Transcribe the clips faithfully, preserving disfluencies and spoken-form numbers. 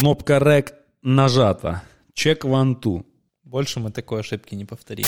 Кнопка рек нажата. Чек one two. Больше мы такой ошибки не повторим.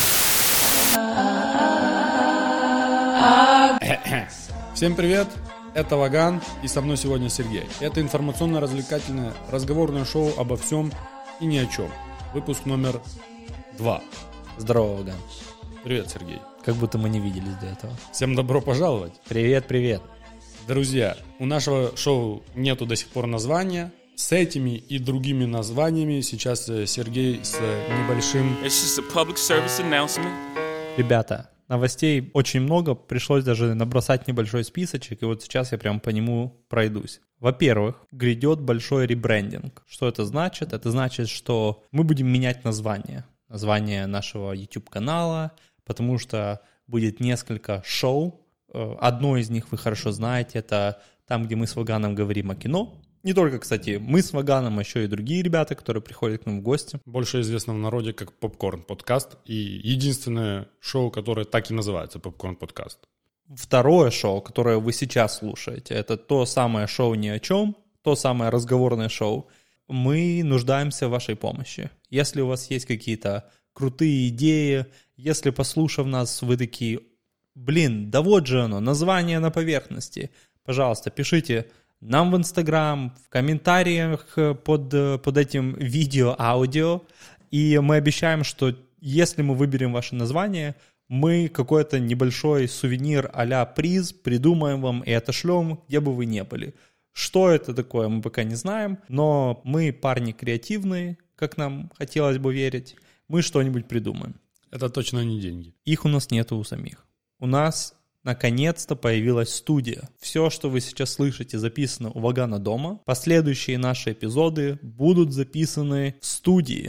Всем привет, это Ваган, и со мной сегодня Сергей. Это информационно-развлекательное разговорное шоу обо всем и ни о чем. Выпуск номер два. Здорово, Ваган. Привет, Сергей. Как будто мы не виделись до этого. Всем добро пожаловать. Привет, привет. Друзья, у нашего шоу нету до сих пор названия. С этими и другими названиями сейчас Сергей с небольшим... It's just a public service announcement. Ребята, новостей очень много, пришлось даже набросать небольшой списочек, и вот сейчас я прям по нему пройдусь. Во-первых, грядет большой ребрендинг. Что это значит? Это значит, что мы будем менять название. Название нашего YouTube-канала, потому что будет несколько шоу. Одно из них вы хорошо знаете, это там, где мы с Ваганом говорим о кино. Не только, кстати, мы с Ваганом, а еще и другие ребята, которые приходят к нам в гости. Больше известно в народе как Попкорн-подкаст. И единственное шоу, которое так и называется Попкорн-подкаст. Второе шоу, которое вы сейчас слушаете, это то самое шоу «Ни о чем», то самое разговорное шоу. Мы нуждаемся в вашей помощи. Если у вас есть какие-то крутые идеи, если, послушав нас, вы такие, блин, да вот же оно, название на поверхности, пожалуйста, пишите нам в Инстаграм, в комментариях под, под этим видео, аудио, и мы обещаем, что если мы выберем ваше название, мы какой-то небольшой сувенир а-ля приз придумаем вам и отошлем, где бы вы ни были. Что это такое, мы пока не знаем, но мы парни креативные, как нам хотелось бы верить, мы что-нибудь придумаем. Это точно не деньги. Их у нас нету у самих. У нас наконец-то появилась студия. Все, что вы сейчас слышите, записано у Вагана дома. Последующие наши эпизоды будут записаны в студии.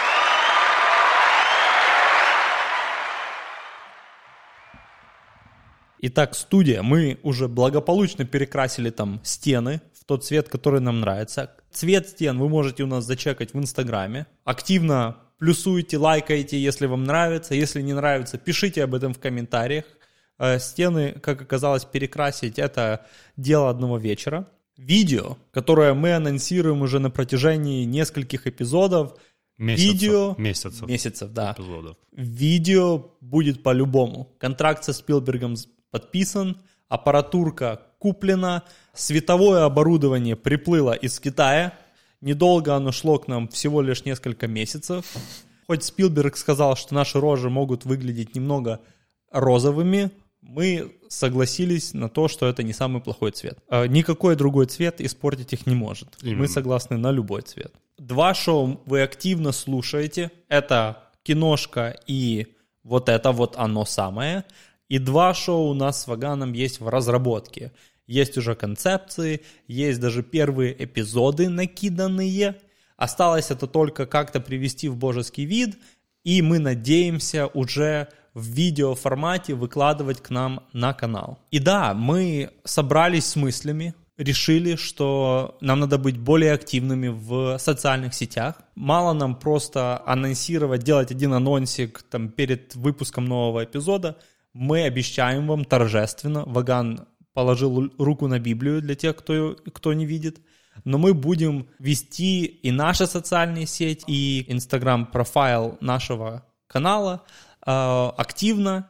Итак, студия. Мы уже благополучно перекрасили там стены в тот цвет, который нам нравится. Цвет стен вы можете у нас зачекать в Инстаграме. Активно плюсуйте, лайкайте, если вам нравится. Если не нравится, пишите об этом в комментариях. Стены, как оказалось, перекрасить — это дело одного вечера. Видео, которое мы анонсируем уже на протяжении нескольких эпизодов. Месяцев. Видео, месяцев. Месяцев, да. Эпизодов. Видео будет по-любому. Контракт со Спилбергом подписан, аппаратурка куплена, световое оборудование приплыло из Китая. Недолго оно шло к нам, всего лишь несколько месяцев. Хоть Спилберг сказал, что наши рожи могут выглядеть немного розовыми, мы согласились на то, что это не самый плохой цвет. Никакой другой цвет испортить их не может. Именно. Мы согласны на любой цвет. Два шоу вы активно слушаете. Это киношка и вот это вот оно самое. И два шоу у нас с Ваганом есть в разработке. Есть уже концепции, есть даже первые эпизоды накиданные. Осталось это только как-то привести в божеский вид. И мы надеемся уже в видеоформате выкладывать к нам на канал. И да, мы собрались с мыслями, решили, что нам надо быть более активными в социальных сетях. Мало нам просто анонсировать, делать один анонсик там, перед выпуском нового эпизода. Мы обещаем вам торжественно, Ваган положил руку на Библию для тех, кто, кто не видит, но мы будем вести и наши социальные сети, и инстаграм-профайл нашего канала э, активно,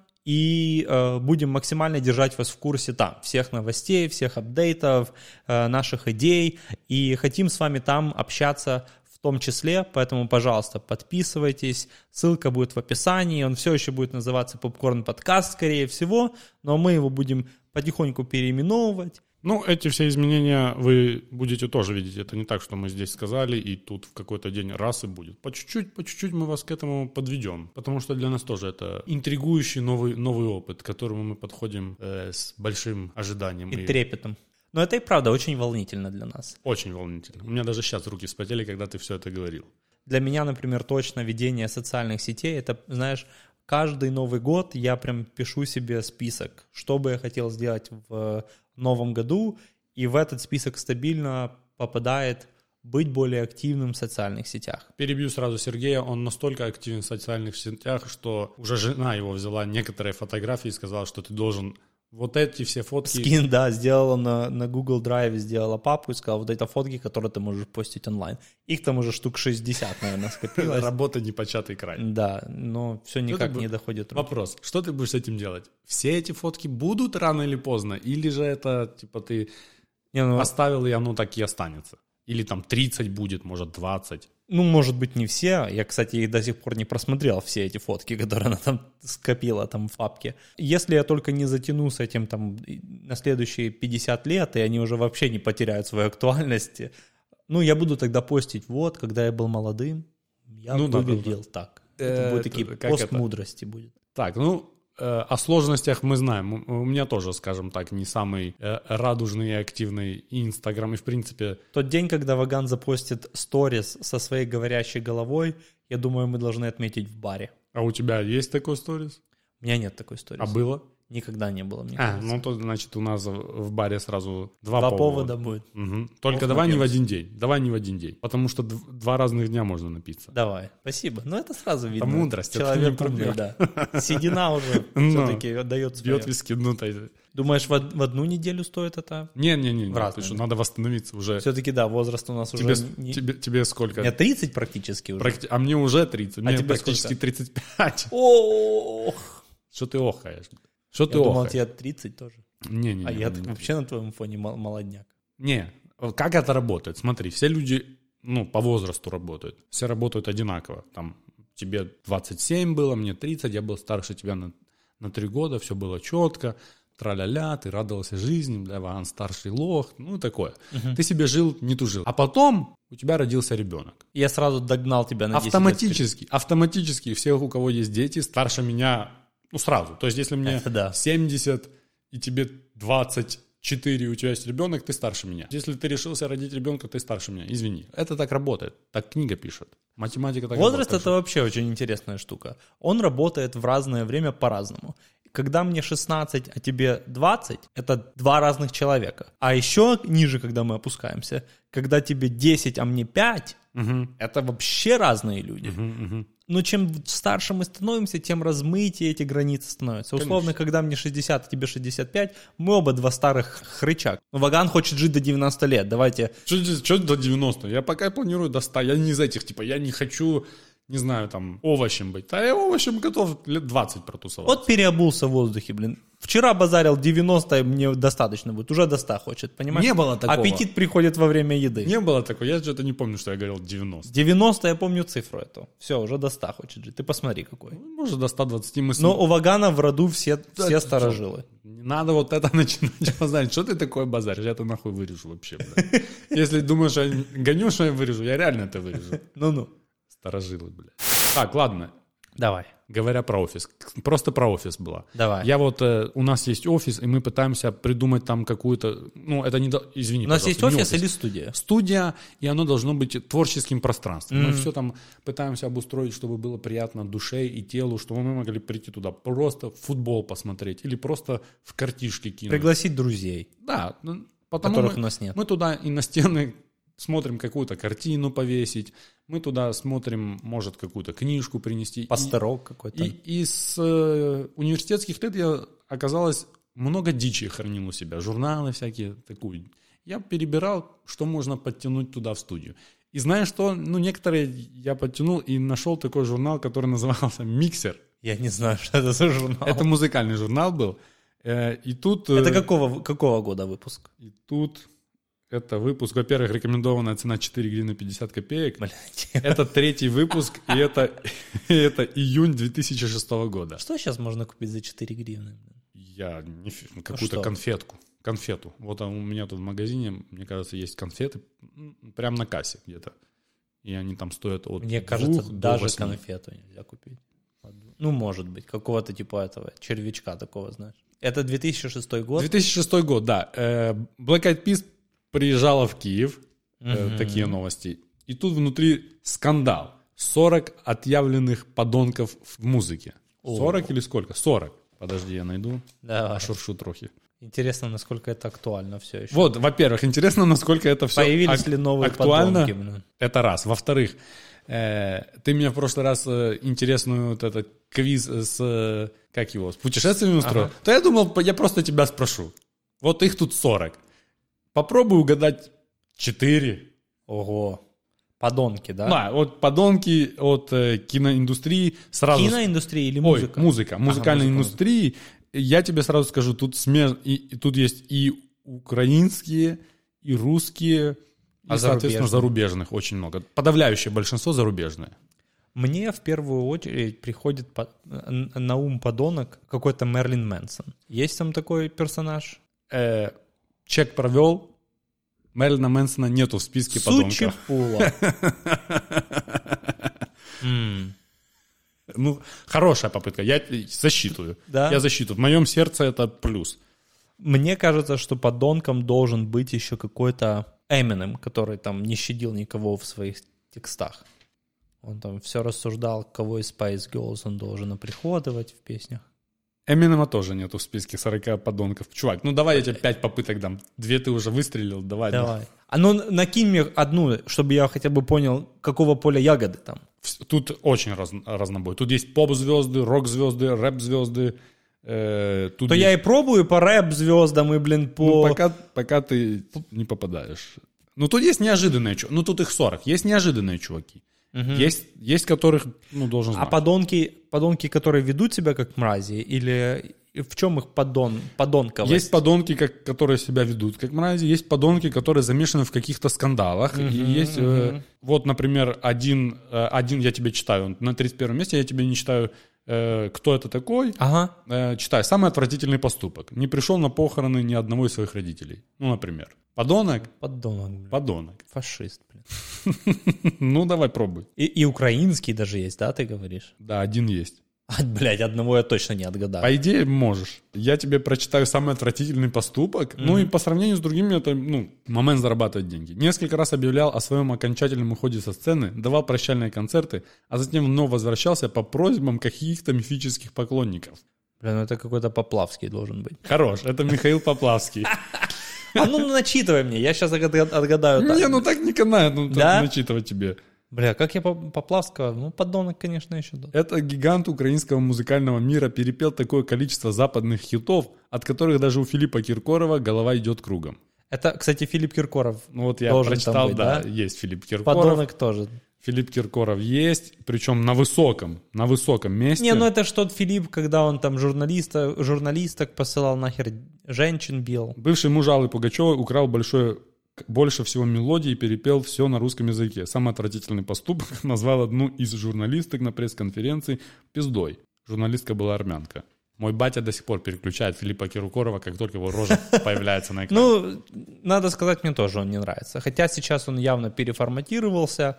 и э, будем максимально держать вас в курсе там всех новостей, всех апдейтов, э, наших идей, и хотим с вами там общаться в том числе, поэтому, пожалуйста, подписывайтесь, ссылка будет в описании, он все еще будет называться Попкорн-подкаст, скорее всего, но мы его будем потихоньку переименовывать. Ну, эти все изменения вы будете тоже видеть. Это не так, что мы здесь сказали, и тут в какой-то день раз и будет. По чуть-чуть, по чуть-чуть мы вас к этому подведем. Потому что для нас тоже это интригующий новый, новый опыт, к которому мы подходим э, с большим ожиданием. И, и трепетом. Но это и правда очень волнительно для нас. Очень волнительно. У меня даже сейчас руки вспотели, когда ты все это говорил. Для меня, например, точно ведение социальных сетей, это, знаешь, каждый Новый год я прям пишу себе список, что бы я хотел сделать в новом году, и в этот список стабильно попадает быть более активным в социальных сетях. Перебью сразу Сергея, он настолько активен в социальных сетях, что уже жена его взяла некоторые фотографии и сказала, что ты должен Вот эти все фотки... Скин, да, сделала на, на Google Drive, сделала папку и сказала, вот это фотки, которые ты можешь постить онлайн. Их там уже штук шестьдесят, наверное, скопилось. Работа непочатый край. Да, но все никак не доходит руки. Вопрос, что ты будешь с этим делать? Все эти фотки будут рано или поздно? Или же это, типа, ты Не, ну, оставил, и оно так и останется? Или там тридцать будет, может, двадцать? Ну, может быть, не все. Я, кстати, их до сих пор не просмотрел, все эти фотки, которые она там скопила там в папке. Если я только не затяну с этим там на следующие пятьдесят лет, и они уже вообще не потеряют свою актуальность, ну, я буду тогда постить, вот, когда я был молодым, я ну, выглядел да, да, так. Это, это будет такие постмудрости будет. Так, ну, э, о сложностях мы знаем. У меня тоже, скажем так, не самый э, радужный и активный Инстаграм. И, в принципе... Тот день, когда Ваган запостит сторис со своей говорящей головой, я думаю, мы должны отметить в баре. А у тебя есть такой сторис? У меня нет такой сторис. А было? Никогда не было, мне а, кажется. ну то, значит, у нас в баре сразу два, два повода. повода будет. Угу. Только Ох, давай напьемся. не в один день. Давай не в один день. Потому что д- два разных дня можно напиться. Давай, спасибо. Ну, это сразу видно. Это мудрость. Человек это не умный, да. Седина уже все-таки отдает свое. Бьет виски, ну, то... Думаешь, в, од- в одну неделю стоит это? Не-не-не, В разные, ты что, да. надо восстановиться уже. Все-таки, да, возраст у нас Тебе, уже... Не... тебе, тебе сколько? Мне тридцать практически уже. Практи- А мне уже тридцать. Мне тебе практически сколько? тридцать пять. Ох! Что ты охаешь? Что Я ты думал, охаешь? тебе тридцать тоже. Не-не-не. А я не, не, вообще на твоем фоне мол- молодняк. Не, как это работает? Смотри, все люди, ну, по возрасту работают. Все работают одинаково. Там тебе двадцать семь было, мне тридцать, я был старше тебя на, на три года, все было четко. Тра-ля-ля, ты радовался жизни, да, Ваган старший лох, ну, такое. Угу. Ты себе жил, не тужил. А потом у тебя родился ребенок. Я сразу догнал тебя на десять лет. Автоматически, автоматически все, у кого есть дети, старше меня, ну, сразу. То есть, если мне да. семьдесят и тебе двадцать четыре, у тебя есть ребенок, ты старше меня. Если ты решился родить ребенка, ты старше меня. Извини. Это так работает. Так книга пишет. Математика так Возраст работает. — это вообще очень интересная штука. Он работает в разное время по-разному. Когда мне шестнадцать, а тебе двадцать, это два разных человека. А еще ниже, когда мы опускаемся, когда тебе десять, а мне пять, угу. это вообще разные люди. Угу, угу. Но чем старше мы становимся, тем размытие эти границы становятся. Условно, Конечно. когда мне шестьдесят, а тебе шестьдесят пять, мы оба два старых хрыча. Но Ваган хочет жить до девяноста лет. Давайте... Что до девяноста? Я пока планирую до ста. Я не из этих, типа, я не хочу... Не знаю, там, овощем быть. А я овощем готов лет двадцать протусовать. Вот переобулся в воздухе, блин. Вчера базарил девяносто, мне достаточно будет. Уже до ста хочет, понимаешь? Не было такого. Аппетит приходит во время еды. Не было такого. Я что-то не помню, что я говорил девяносто. девяносто, я помню цифру эту. Все, уже до ста хочет жить. Ты посмотри какой. Может, до ста двадцати мы с... Но у Вагана в роду все, Да, все ты старожилы. Не надо вот это начинать базарить. Что ты такое базаришь? Я это нахуй вырежу вообще, бля. Если думаешь, я гоню, что я вырежу, я реально это вырежу. Ну-ну. Старожилы, бля. Так, ладно. Давай. Говоря про офис. Просто про офис была. Давай. Я вот, э, у нас есть офис, и мы пытаемся придумать там какую-то... Ну, это не... до- Извини, У нас есть пожалуйста, не офис или студия? Студия, и оно должно быть творческим пространством. Mm-hmm. Мы все там пытаемся обустроить, чтобы было приятно душе и телу, чтобы мы могли прийти туда просто футбол посмотреть или просто в картишки кинуть. Пригласить друзей, Да, ну, потому которых мы, у нас нет. мы туда и на стены смотрим какую-то картину повесить, мы туда смотрим, может, какую-то книжку принести. Пастерок какой-то. И, и из э, университетских лет я, оказалось, много дичи хранил у себя, журналы всякие, такую. Я перебирал, что можно подтянуть туда в студию. И знаешь что? Ну, некоторые я подтянул и нашел такой журнал, который назывался «Миксер». Я не знаю, что это за журнал. Это музыкальный журнал был. Э, и тут... э, Это какого, какого года выпуск? И тут... Это выпуск, во-первых, рекомендованная цена четыре гривны пятьдесят копеек. Блядь. Это третий выпуск, и это, и это июнь две тысячи шестого года. Что сейчас можно купить за четыре гривны? Я не фи- какую-то что? конфетку. Конфету. Вот у меня тут в магазине, мне кажется, есть конфеты прямо на кассе где-то. И они там стоят от Мне кажется, двух до даже восьми. конфету нельзя купить. Ну, может быть, какого-то типа этого червячка такого, знаешь. Это две тысячи шестой год. две тысячи шестой год, да. Э, Black Eyed Peas приезжала в Киев. Э, Мгм. Такие новости. И тут внутри скандал. сорок отъявленных подонков в музыке. О. сорок или сколько? сорок. Подожди, я найду. Давай. Шуршу трохи. Интересно, насколько это актуально все еще. Вот, во-первых, интересно, насколько это все Появились ак- ли новые актуально. подонки, блин? Это раз. Во-вторых, э, ты мне в прошлый раз э, интересную вот этот квиз с, э, как его, с путешествиями устроил. Ага. То я думал, я просто тебя спрошу. Вот их тут сорок. Попробуй угадать четыре. Ого. Подонки, да? Да, вот подонки от э, киноиндустрии сразу... Киноиндустрия или Ой, музыка? музыка. Музыкальной Ага, музыка, индустрии. Я тебе сразу скажу, тут, смеш... и, и тут есть и украинские, и русские, и, А соответственно, зарубежные? зарубежных очень много. Подавляющее большинство зарубежные. Мне в первую очередь приходит по- на ум подонок какой-то Мерлин Мэнсон. Есть там такой персонаж? Э, чек провел, Мерлина Мэнсона нету в списке подонков. Сучи-пула. М. Ну, хорошая попытка. Я засчитываю. Да? Я засчитываю. В моем сердце это плюс. Мне кажется, что подонком должен быть еще какой-то Эминем, который там не щадил никого в своих текстах. Он там все рассуждал, кого из Spice Girls он должен оприходовать в песнях. Эминема тоже нету в списке сорока подонков. Чувак, ну давай я тебе пять попыток дам. Две ты уже выстрелил, давай. Давай. А ну накинь мне одну, чтобы я хотя бы понял, какого поля ягоды там. Тут очень раз, разнобой. Тут есть поп-звезды, рок-звезды, рэп-звезды. Э, тут То есть... я и пробую по рэп-звездам и, блин, по... Ну, пока, пока ты не попадаешь. Ну, тут есть неожиданные чуваки. Ну, тут их сорок. Есть неожиданные чуваки. Угу. Есть, есть которых, ну, должен знать. А подонки, подонки, которые ведут себя как мрази, или в чем их подон, подонковость? Есть подонки, как, которые себя ведут как мрази, есть подонки, которые замешаны в каких-то скандалах. Uh-huh, и есть, uh-huh. э, вот, например, один, э, один я тебе читаю, на тридцать первом месте я тебе не читаю, э, кто это такой. Ага. Э, читаю, самый отвратительный поступок. Не пришел на похороны ни одного из своих родителей. Ну, например. Подонок? Подонок, блин. Подонок. Фашист, блин. Ну, давай пробуй. И, и украинский даже есть, да, ты говоришь? Да, один есть. А, блядь, одного я точно не отгадаю. По идее, можешь. Я тебе прочитаю самый отвратительный поступок. Mm-hmm. Ну и по сравнению с другими, это, ну, момент зарабатывать деньги. Несколько раз объявлял о своем окончательном уходе со сцены, давал прощальные концерты, а затем вновь возвращался по просьбам каких-то мифических поклонников. Бля, ну это какой-то Поплавский должен быть. Хорош, это Михаил Поплавский. А ну начитывай мне, я сейчас отгадаю. Не, ну так не канает, ну да? начитывать тебе. Бля, как я Поплавского? Ну, подонок, конечно, еще. Да. Это гигант украинского музыкального мира перепел такое количество западных хитов, от которых даже у Филиппа Киркорова голова идет кругом. Это, кстати, Филипп Киркоров. Ну вот я должен прочитал, быть, да, да, есть Филипп Киркоров. Подонок тоже. Филипп Киркоров есть, причем на высоком, на высоком месте. Не, ну это ж тот Филипп, когда он там журналиста, журналисток посылал нахер, женщин бил. Бывший муж Аллы Пугачевой украл большое, больше всего мелодий и перепел все на русском языке. Самый отвратительный поступок назвал одну из журналисток на пресс-конференции пиздой. Журналистка была армянка. Мой батя до сих пор переключает Филиппа Киркорова, как только его рожа появляется на экране. Ну, надо сказать, мне тоже он не нравится. Хотя сейчас он явно переформатировался,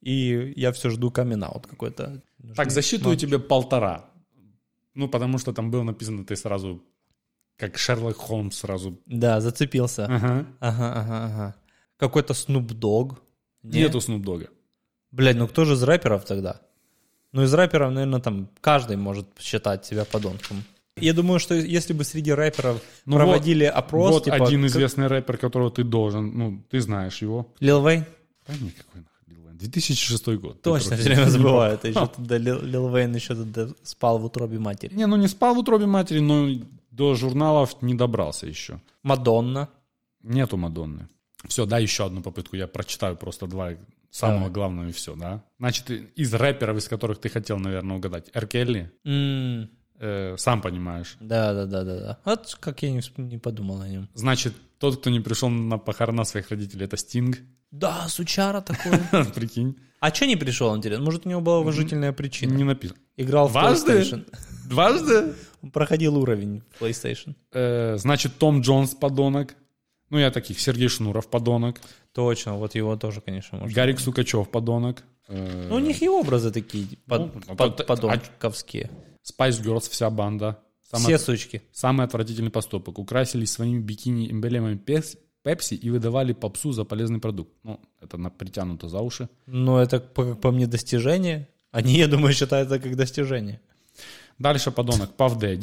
и я все жду камин-аут какой-то. Так, засчитываю тебе полтора. Ну, потому что там было написано, ты сразу, как Шерлок Холмс сразу. Да, зацепился. Ага. Ага, ага, ага. Какой-то Snoop Dogg. Нету Snoop Dogg. Блядь, ну кто же из рэперов тогда? Ну, из рэперов, наверное, там каждый может считать себя подонком. Я думаю, что если бы среди рэперов ну проводили вот, опрос... Вот типа, один как... известный рэпер, которого ты должен, ну, ты знаешь его. Lil Wayne? Да никакой нахуй Lil Wayne. две тысячи шестой год. Точно, все время забываю. Это еще тогда Lil Wayne еще тогда спал в утробе матери. Не, ну не спал в утробе матери, но до журналов не добрался еще. Мадонна. Нету Мадонны. Все, дай еще одну попытку. Я прочитаю просто два самого Давай. главного и все, да? Значит, из рэперов, из которых ты хотел, наверное, угадать. Эр. Келли. Mm. Э, сам понимаешь. Да, да, да, да, да. Вот как я не, не подумал о нем. Значит, тот, кто не пришел на похорона своих родителей, это Стинг. Да, сучара такой. Прикинь. А что не пришел, интересно? Может, у него была уважительная причина? Не написано. Играл в Дважды? PlayStation. Дважды? Он проходил уровень в PlayStation. Э, значит, Том Джонс подонок. Ну, я таких. Сергей Шнуров подонок. Точно, вот его тоже, конечно, можно. Гарик Сукачев подонок. Э, Ну, у них и образы такие под, Ну, под- а- подонковские. Spice Girls, вся банда. Самый, Все от- сучки. самый отвратительный поступок. Украсились своими бикини-эмблемами пес- Пепси и выдавали попсу за полезный продукт. Ну, это на- притянуто за уши. Но это, по, как по мне, достижение. Они, я думаю, считают это как достижение. Дальше подонок Пав Дэдди.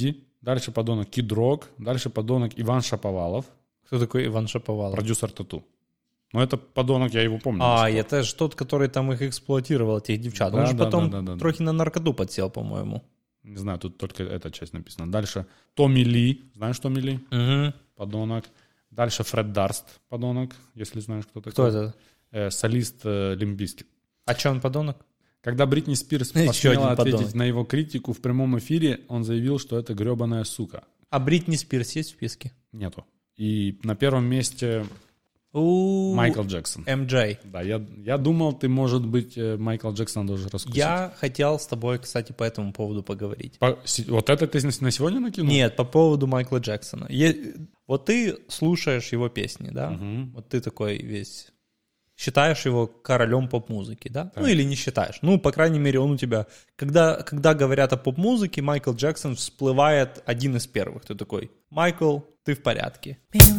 дальше подонок Kid Rock, дальше подонок Иван Шаповалов. Кто такой Иван Шаповалов? Продюсер Тату. Ну, это подонок, я его помню. А, это же тот, который там их эксплуатировал, этих девчат. Да, Он же да, потом да, да, да, трохи на наркоту подсел, по-моему. Не знаю, тут только эта часть написана. Дальше Томми Ли. Знаешь Томми Ли? Угу. Подонок. Дальше Фред Дарст, подонок, если знаешь, кто такой. Кто это? Э, солист э, Лимп Бизкит. А че он подонок? Когда Бритни Спирс Еще посмела один ответить подонок. на его критику в прямом эфире, он заявил, что это гребаная сука. А Бритни Спирс есть в списке? Нету. И на первом месте У Майкл Джексон. эм джей. Да, я, я думал, ты, может быть, э, Майкл Джексон должен раскусить. Я хотел с тобой, кстати, по этому поводу поговорить. По- си- вот это ты на сегодня накинул? Нет, по поводу Майкла Джексона. Е- Вот ты слушаешь его песни, да? Мгм. Вот ты такой весь... Считаешь его королем поп-музыки, да? Ну или не считаешь. Ну, по крайней мере, он у тебя... Когда, когда говорят о поп-музыке, Майкл Джексон всплывает один из первых. Ты такой, Майкл, ты в порядке.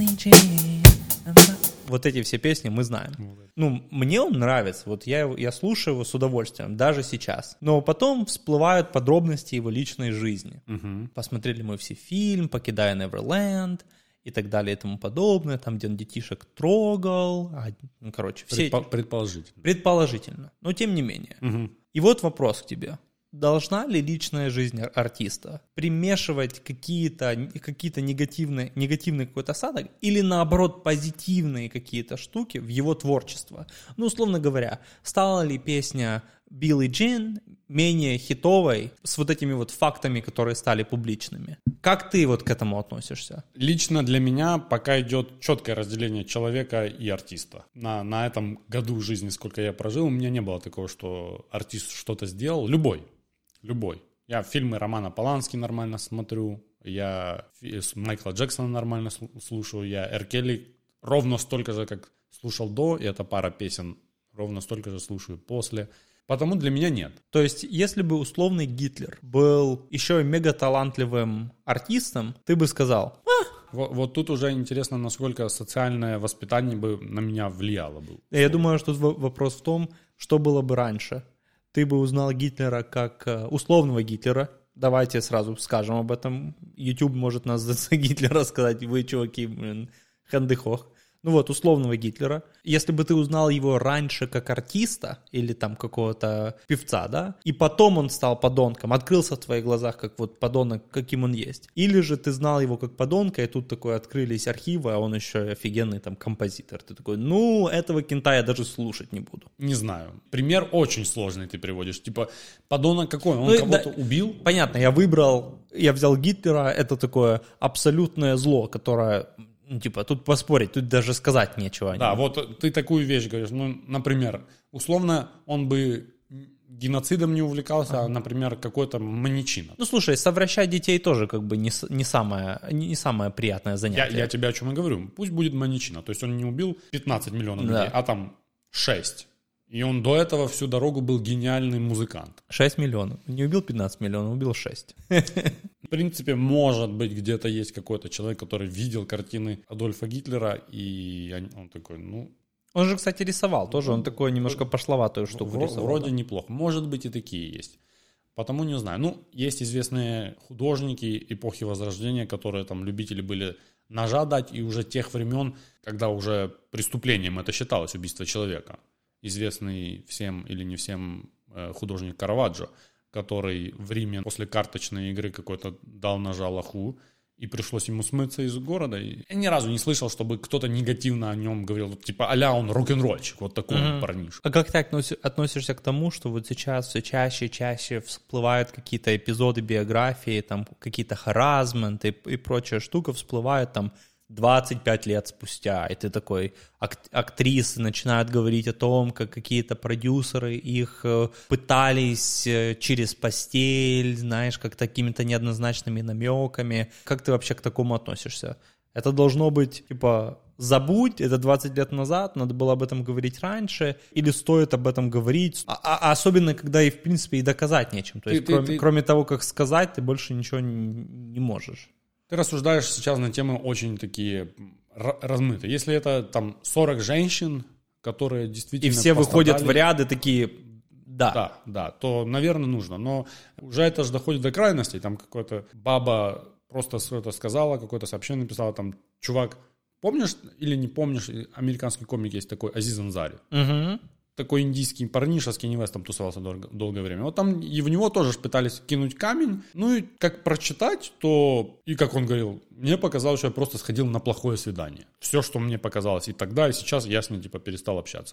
Вот эти все песни мы знаем. Ну, мне он нравится, вот я, его- я слушаю его с удовольствием, даже сейчас. Но потом всплывают подробности его личной жизни. Мгм. Посмотрели мы все фильм «Покидая Неверленд» и так далее и тому подобное, там, где он детишек трогал, а, ну, короче, все эти- Предпо- Предположительно. предположительно, но тем не менее. Мгм. И вот вопрос к тебе. Должна ли личная жизнь ар- артиста примешивать какие-то, какие-то негативные, негативный какой-то осадок или наоборот позитивные какие-то штуки в его творчество? Ну, условно говоря, стала ли песня Билли Джин менее хитовой с вот этими вот фактами, которые стали публичными? Как ты вот к этому относишься? Лично для меня пока идет четкое разделение человека и артиста. На, на этом году жизни, сколько я прожил, у меня не было такого, что артист что-то сделал. Любой. Любой. Я фильмы Романа Полански нормально смотрю. Я фи- с Майкла Джексона нормально слу- слушаю. Я Эр Келли ровно столько же, как слушал до. И эта пара песен ровно столько же слушаю после. Потому для меня нет. То есть, если бы условный Гитлер был еще и мегаталантливым артистом, ты бы сказал, Вот, вот тут уже интересно, насколько социальное воспитание бы на меня влияло бы. я думаю, что тут вопрос в том, что было бы раньше. Ты бы узнал Гитлера как э, условного Гитлера. Давайте сразу скажем об этом. YouTube может нас за Гитлера сказать, вы, чуваки, блин, хандыхох. Ну вот, условного Гитлера. Если бы ты узнал его раньше как артиста или там какого-то певца, да, и потом он стал подонком, открылся в твоих глазах как вот подонок, каким он есть. Или же ты знал его как подонка, и тут такой открылись архивы, а он еще и офигенный там композитор. Ты такой, ну, этого кента я даже слушать не буду. Не знаю. Пример очень сложный ты приводишь. Типа, подонок какой? Он Ну, кого-то да, убил? Понятно, я выбрал, я взял Гитлера, это такое абсолютное зло, которое, ну, типа, тут поспорить, тут даже сказать нечего. Да, вот ты такую вещь говоришь. Ну, например, условно, он бы геноцидом не увлекался, а, например, какой-то маньячина. Ну, слушай, совращать детей тоже как бы не, с- не, самое, не самое приятное Я, занятие. я тебе о чем и говорю. Пусть будет маньячина. То есть он не убил пятнадцать миллионов Да. людей, а там шесть. И он до этого всю дорогу был гениальный музыкант. шесть миллионов. Не убил пятнадцать миллионов, убил шесть. В принципе, может быть, где-то есть какой-то человек, который видел картины Адольфа Гитлера, и он- он такой, ну, Он же, кстати, рисовал тоже, он такой немножко пошловатую штуку вро- рисовал. вроде да. неплохо. Может быть, и такие есть. Потому не знаю. Ну, есть известные художники эпохи Возрождения, которые там любители были ножа дать, и уже тех времен, когда уже преступлением это считалось, убийство человека. Известный всем или не всем э, художник Караваджо, который в Риме после карточной игры какой-то дал ножа лоху, и пришлось ему смыться из города. И я ни разу не слышал, чтобы кто-то негативно о нем говорил, вот, типа, а-ля он рок-н-ролльщик, вот такой он парнишка. А как ты относи- относишься к тому, что вот сейчас все чаще и чаще всплывают какие-то эпизоды биографии, там какие-то харазменты и, и прочая штука всплывает там двадцать пять лет спустя, и ты такой, ак- актрисы начинают говорить о том, как какие-то продюсеры их э, пытались э, через постель, знаешь, как какими-то неоднозначными намеками. Как ты вообще к такому относишься? Это должно быть, типа, забудь, это двадцать лет назад, надо было об этом говорить раньше, или стоит об этом говорить, а, а- особенно, когда и, в принципе, и доказать нечем. То Ты- есть, ты- кроме, ты- кроме того, как сказать, ты больше ничего не, не можешь. Ты рассуждаешь сейчас на темы очень такие р- размытые. Если это там сорок женщин, которые действительно И все выходят в пострадали, ряды такие, да. Да, да, то, наверное, нужно. Но уже это же доходит до крайностей. Там какая-то баба просто что-то сказала, какое-то сообщение написала, там, чувак, помнишь или не помнишь, американский комик есть такой, Азиз Ансари. Угу. Такой индийский парниша с Кенни Вестом тусовался долго, долгое время. Вот там и в него тоже пытались кинуть камень. Ну и как прочитать, то, и как он говорил, мне показалось, что я просто сходил на плохое свидание. Все, что мне показалось и тогда, и сейчас, я с ним типа перестал общаться.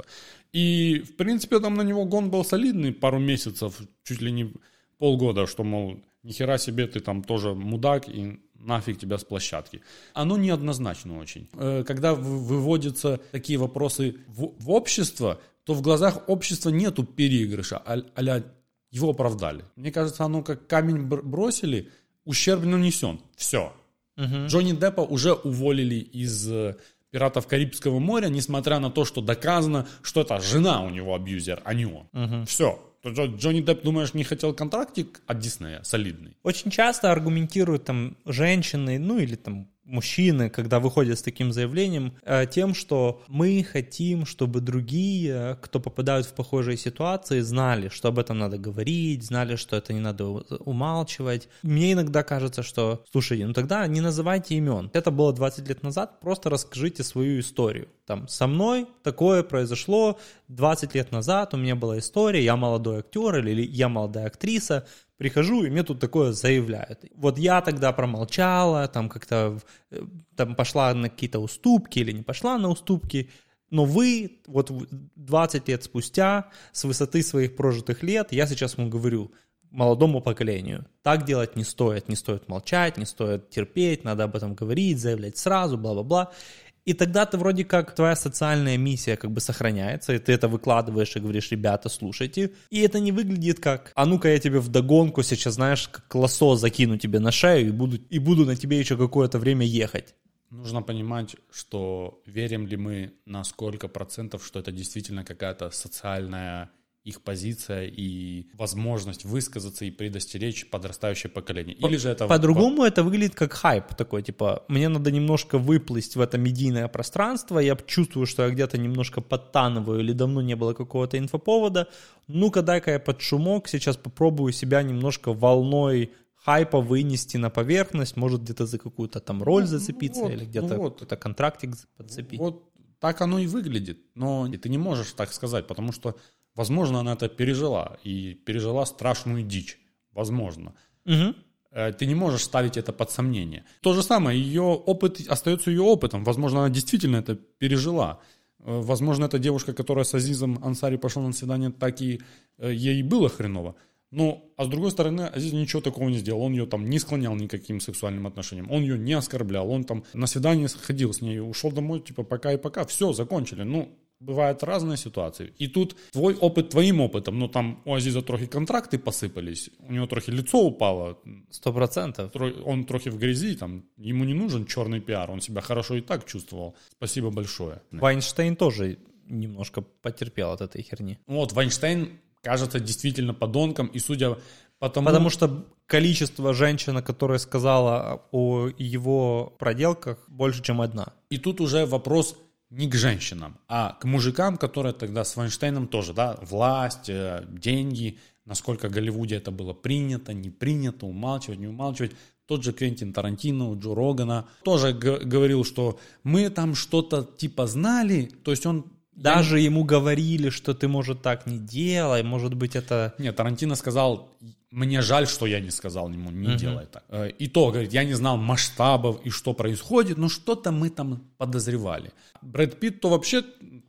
И, в принципе, там на него гон был солидный, пару месяцев, чуть ли не полгода, что, мол, нихера себе, ты там тоже мудак, и нафиг тебя с площадки. Оно неоднозначно очень. Когда выводятся такие вопросы в, в общество, то в глазах общества нету переигрыша, а, а его оправдали. Мне кажется, оно как камень бросили, ущерб нанесен. Все. Угу. Джонни Деппа уже уволили из «Пиратов Карибского моря», несмотря на то, что доказано, что это жена у него абьюзер, а не он. Угу. Все. Джонни Депп, думаешь, не хотел контрактик от Диснея солидный? Очень часто аргументируют там женщины, ну или там мужчины, когда выходят с таким заявлением, тем, что мы хотим, чтобы другие, кто попадают в похожие ситуации, знали, что об этом надо говорить, знали, что это не надо умалчивать. Мне иногда кажется, что, слушайте, ну тогда не называйте имен. Это было двадцать лет назад, просто расскажите свою историю. Там, со мной такое произошло двадцать лет назад, у меня была история, я молодой актер или я молодая актриса, прихожу, и мне тут такое заявляют. Вот я тогда промолчала, там как-то там пошла на какие-то уступки или не пошла на уступки, но вы вот двадцать лет спустя, с высоты своих прожитых лет, я сейчас вам говорю, молодому поколению, так делать не стоит, не стоит молчать, не стоит терпеть, надо об этом говорить, заявлять сразу, бла-бла-бла. И тогда ты вроде как, твоя социальная миссия как бы сохраняется, и ты это выкладываешь и говоришь, ребята, слушайте. И это не выглядит как, а ну-ка я тебе вдогонку сейчас, знаешь, как лосо закину тебе на шею и буду, и буду на тебе еще какое-то время ехать. Нужно понимать, что верим ли мы на сколько процентов, что это действительно какая-то социальная их позиция и возможность высказаться и предостеречь подрастающее поколение. Или же это... По-другому это выглядит как хайп такой, типа, мне надо немножко выплыть в это медийное пространство, я чувствую, что я где-то немножко подтанываю или давно не было какого-то инфоповода, ну-ка дай-ка я под шумок сейчас попробую себя немножко волной хайпа вынести на поверхность, может где-то за какую-то там роль ну, зацепиться вот, или где-то ну, вот. какой-то контрактик подцепить. Вот так оно и выглядит, но ты не можешь так сказать, потому что возможно, она это пережила, и пережила страшную дичь. Возможно. Угу. Ты не можешь ставить это под сомнение. То же самое, ее опыт остается ее опытом. Возможно, она действительно это пережила. Возможно, эта девушка, которая с Азизом Ансари пошла на свидание, так и ей было хреново. Ну, а с другой стороны, Азиз ничего такого не сделал. Он ее там не склонял никаким сексуальным отношениям. Он ее не оскорблял. Он там на свидание ходил с ней, ушел домой, типа, пока и пока. Все, закончили. Ну, бывают разные ситуации. И тут твой опыт твоим опытом. Ну, там у Азиза трохи контракты посыпались, у него трохи лицо упало. Сто процентов. Он трохи в грязи, там, ему не нужен черный пиар, он себя хорошо и так чувствовал. Спасибо большое. Вайнштейн тоже немножко потерпел от этой херни. Вот, Вайнштейн кажется действительно подонком, и судя по тому... Потому что количество женщин, которые сказала о его проделках, больше, чем одна. И тут уже вопрос... не к женщинам, а к мужикам, которые тогда с Вайнштейном тоже, да, власть, деньги, насколько в Голливуде это было принято, не принято, умалчивать, не умалчивать. Тот же Квентин Тарантино, Джо Рогана тоже г- говорил, что мы там что-то типа знали, то есть он... Даже ему говорили, что ты, может, так не делай, может быть, это... Нет, Тарантино сказал, мне жаль, что я не сказал ему, не uh-huh. делай так. И то, говорит, я не знал масштабов и что происходит, но что-то мы там подозревали. Брэд Питт то вообще...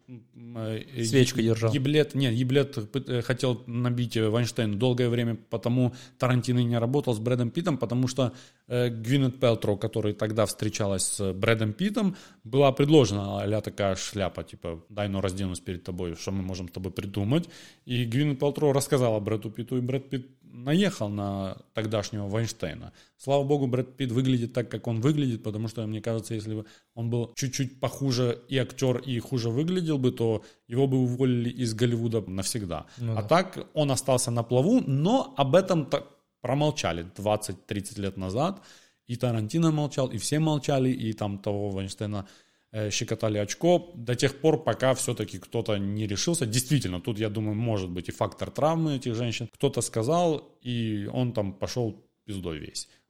Свечку держал. Еблет, нет, Еблет хотел набить Вайнштейну долгое время, потому Тарантино не работал с Брэдом Питтом, потому что э, Гвинет Пэлтроу, которая тогда встречалась с Брэдом Питтом, была предложена а-ля такая шляпа, типа, дай, ну, разденусь перед тобой, что мы можем с тобой придумать. И Гвинет Пэлтроу рассказала Брэду Питту, и Брэд Питт наехал на тогдашнего Вайнштейна. Слава богу, Брэд Питт выглядит так, как он выглядит, потому что, мне кажется, если бы он был чуть-чуть похуже и актер, и хуже выглядел бы, то его бы уволили из Голливуда навсегда. Ну, а да. Так он остался на плаву, но об этом промолчали двадцать-тридцать лет назад. И Тарантино молчал, и все молчали, и там того Вайнштейна э, щекотали очко до тех пор, пока все-таки кто-то не решился. Действительно, тут, я думаю, может быть и фактор травмы этих женщин. Кто-то сказал, и он там пошел пиздой весь.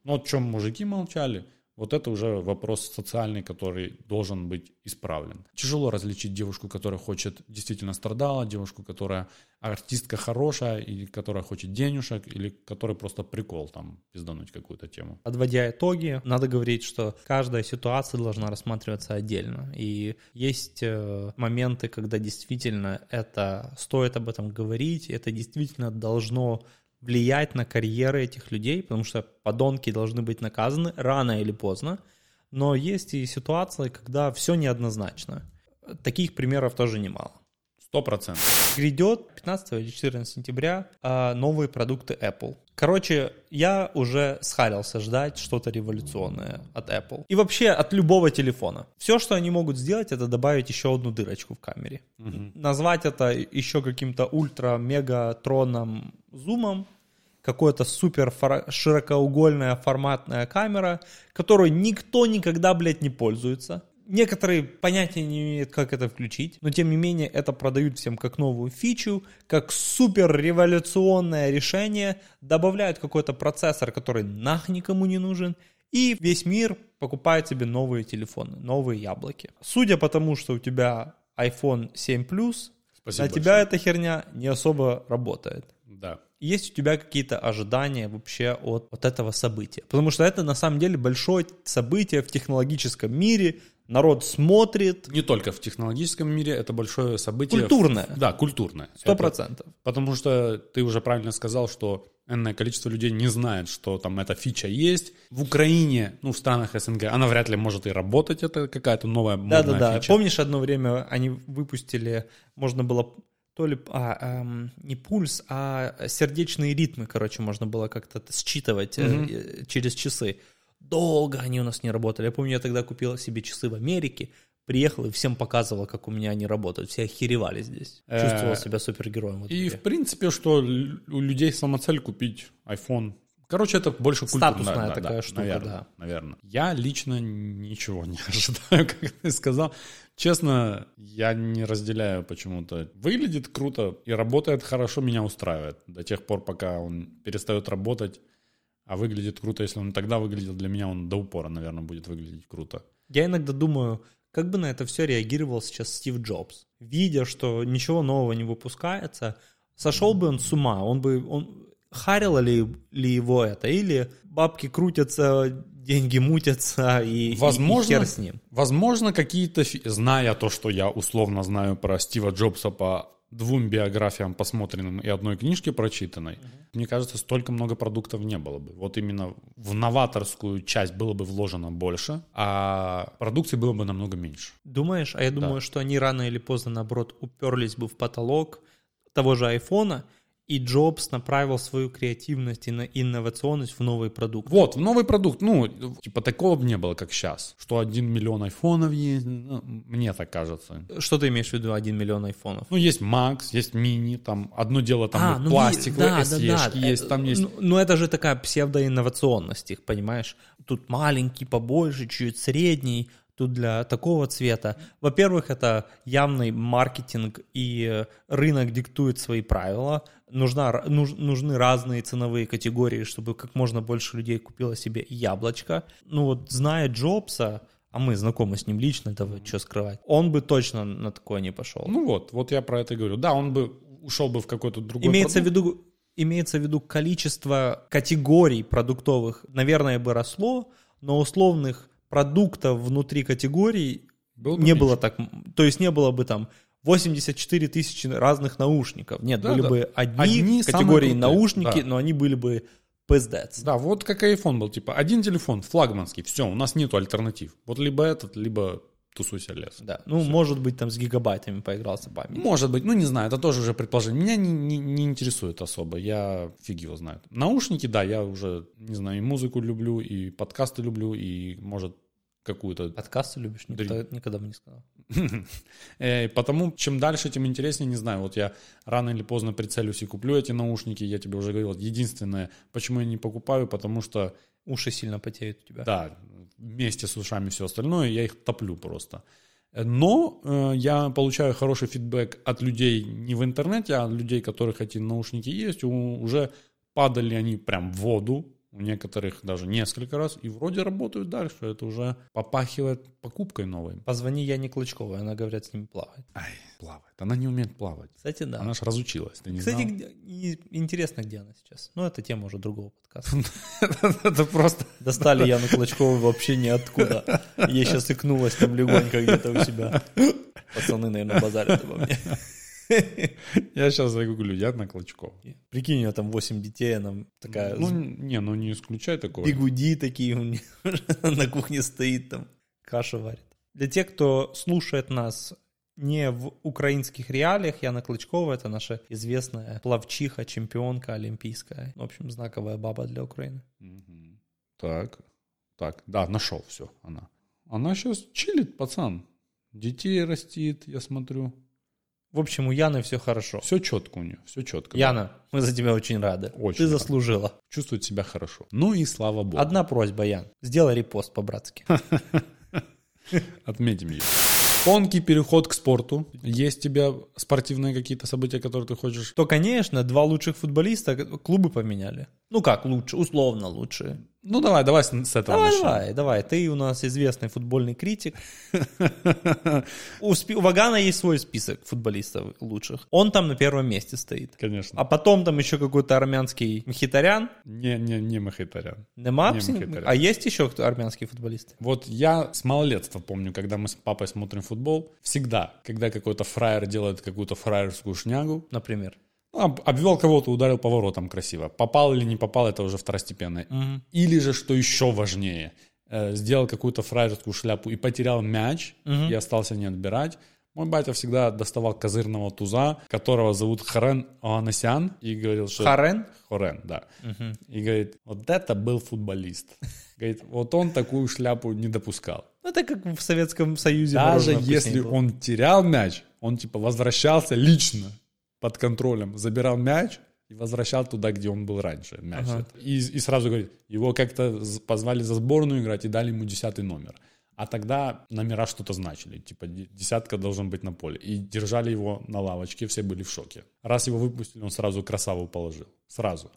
Но о чем мужики молчали, вот это уже вопрос социальный, который должен быть исправлен. Тяжело различить девушку, которая хочет, действительно страдала, девушку, которая артистка хорошая, или которая хочет денежек, или которая просто прикол там пиздануть какую-то тему. Подводя итоги, надо говорить, что каждая ситуация должна рассматриваться отдельно. И есть э, моменты, когда действительно это стоит об этом говорить, это действительно должно влиять на карьеры этих людей, потому что подонки должны быть наказаны рано или поздно. Но есть и ситуации, когда все неоднозначно. Таких примеров тоже немало. Сто процентов. Грядет пятнадцатого или четырнадцатого сентября а, новые продукты Apple. Короче, я уже схарился ждать что-то революционное от Apple. И вообще от любого телефона. Все, что они могут сделать, это добавить еще одну дырочку в камере. Угу. Назвать это еще каким-то ультра-мега-троном зумом. Какая-то супер фор- широкоугольная форматная камера, которой никто никогда, блядь, не пользуется. Некоторые понятия не имеют, как это включить, но тем не менее это продают всем как новую фичу, как супер революционное решение, добавляют какой-то процессор, который нахуй никому не нужен, и весь мир покупает себе новые телефоны, новые яблоки. Судя по тому, что у тебя айфон семь плюс, Спасибо на тебя большое. эта херня не особо работает. Да. Есть у тебя какие-то ожидания вообще от, от этого события? Потому что это на самом деле большое событие в технологическом мире. Народ смотрит. Не только в технологическом мире, это большое событие. Культурное. Да, культурное. Сто процентов. Потому что ты уже правильно сказал, что энное количество людей не знает, что там эта фича есть. В Украине, ну, в странах СНГ, она вряд ли может и работать. Это какая-то новая модная Да-да-да. фича. Помнишь, одно время они выпустили, можно было то ли, а, эм, не пульс, а сердечные ритмы, короче, можно было как-то считывать mm-hmm. э, через часы. Долго они у нас не работали. Я помню, я тогда купил себе часы в Америке, приехал и всем показывал, как у меня они работают. Все охеревали здесь. Чувствовал себя супергероем. Вот и, теперь. в принципе, что у людей самоцель купить iPhone. Короче, это больше культурная статусная да, такая да, штука, наверное, да. Наверное. Я лично ничего не ожидаю, как ты сказал. Честно, я не разделяю почему-то. Выглядит круто и работает хорошо, меня устраивает. До тех пор, пока он перестает работать. А выглядит круто, если он тогда выглядел для меня, он до упора, наверное, будет выглядеть круто. Я иногда думаю, как бы на это все реагировал сейчас Стив Джобс. Видя, что ничего нового не выпускается, сошел бы он с ума, он бы... Он... Харило ли, ли его это, или бабки крутятся, деньги мутятся, и, возможно, и хер с ним. Возможно, какие-то... Фи... Зная то, что я условно знаю про Стива Джобса по двум биографиям посмотренным и одной книжке прочитанной, uh-huh. мне кажется, столько много продуктов не было бы. Вот именно в новаторскую часть было бы вложено больше, а продукции было бы намного меньше. Думаешь? А я думаю, да. что они рано или поздно, наоборот, уперлись бы в потолок того же айфона, и Джобс направил свою креативность и инновационность в новый продукт. Вот, в новый продукт. Ну, типа такого бы не было, как сейчас. Что один миллион айфонов есть, ну, мне так кажется. Что ты имеешь в виду, один миллион айфонов? Ну, есть Макс, есть Мини, там одно дело, там а, вот ну, пластиковые да, эс и да, да. есть, там есть... Ну, ну, это же такая псевдоинновационность их, понимаешь? Тут маленький, побольше, чуть средний, тут для такого цвета. Во-первых, это явный маркетинг, и рынок диктует свои правила. Нужна, нуж, нужны разные ценовые категории, чтобы как можно больше людей купило себе яблочко. Ну вот, зная Джобса, а мы знакомы с ним лично, этого что скрывать, он бы точно на такое не пошел. Ну вот, вот я про это и говорю. Да, он бы ушел бы в какой-то другой Имеется продукт. в виду, имеется в виду количество категорий продуктовых, наверное, бы росло, но условных продуктов внутри категорий было не меньше. Было так, то есть не было бы там восемьдесят четыре тысячи разных наушников. Нет, да, были да. бы одни, одни категории наушники, да. но они были бы пиздец. Да, вот как iPhone был, типа один телефон, флагманский, все, у нас нету альтернатив. Вот либо этот, либо тусуйся лес. Да, ну все. Может быть там с гигабайтами поигрался память. Может быть, ну не знаю, это тоже уже предположение. Меня не, не, не интересует особо, я фиг его знает. Наушники, да, я уже, не знаю, и музыку люблю, и подкасты люблю, и может какую-то... Подкасты любишь? Никто, никогда бы не сказал. Потому чем дальше, тем интереснее, не знаю. Вот я рано или поздно прицелюсь и куплю эти наушники, я тебе уже говорил. Единственное, почему я не покупаю, потому что... Уши сильно потеют у тебя. Да, вместе с ушами все остальное, я их топлю просто. Но э, я получаю хороший фидбэк от людей не в интернете, а от людей, у которых эти наушники есть. У, уже падали они прям в воду. у некоторых даже несколько раз, и вроде работают дальше. Это уже попахивает покупкой новой. Позвони Яне Клочковой, она, говорят, с ними плавает. Ай, плавает. Она не умеет плавать. Кстати, да. Она ж разучилась, ты не Кстати, знал? где- и- интересно, где она сейчас. Ну, это тема уже другого подкаста. Это просто... Достали Яну Клочкову вообще ниоткуда. Ей сейчас икнулось там легонько где-то у себя. Пацаны, наверное, базарят обо мне. Я сейчас загуглю Яна Клочкова. Прикинь, у нее там восемь детей, она такая Ну, с не, ну не исключай такого. бигуди такие у нее на кухне стоит там, кашу варит. Для тех, кто слушает нас не в украинских реалиях, Яна Клочкова — это наша известная пловчиха, чемпионка олимпийская. В общем, знаковая баба для Украины. Мгм. Так, так, да, нашел все, она. Она сейчас чилит, пацан. Детей растит, я смотрю. В общем, у Яны все хорошо. Все четко у нее, все четко. Яна, мы за тебя очень рады. Очень Ты рад. заслужила. Чувствует себя хорошо. Ну и слава богу. Одна просьба, Ян. Сделай репост по-братски. Отметим ее. Тонкий переход к спорту. Есть у тебя спортивные какие-то события, которые ты хочешь? То, конечно, два лучших футболиста клубы поменяли. Ну как лучше, условно лучше. Ну давай, давай с, с этого Давай, начнем. давай, давай. Ты у нас известный футбольный критик. У, спи- у Вагана есть свой список футболистов лучших. Он там на первом месте стоит. Конечно. А потом там еще какой-то армянский Мхитарян. Не, не, не Махитарян. Нема? Не всё- Мхитарян. А есть еще кто армянские футболисты? Вот я с малолетства помню, когда мы с папой смотрим футбол, всегда, когда какой-то фраер делает какую-то фраерскую шнягу, Например. ну, об- обвел кого-то, ударил поворотом красиво. Попал или не попал, это уже второстепенно. Или же, что еще важнее, э, сделал какую-то фраерскую шляпу и потерял мяч, и остался не отбирать. Мой батя всегда доставал козырного туза, которого зовут Харен Оанесян, и говорил, что... Харен? Хорен, да. И говорит, вот это был футболист. Говорит, вот он такую шляпу не допускал. Ну, это как в Советском Союзе. Даже мороженое вкуснее если было. он терял мяч, он типа возвращался лично под контролем, забирал мяч и возвращал туда, где он был раньше. Мяч этот. И, и сразу говорит, его как-то з- позвали за сборную играть и дали ему десятый номер. А тогда номера что-то значили. Типа де- десятка должен быть на поле. И держали его на лавочке, все были в шоке. Раз его выпустили, он сразу красаву положил. Сразу.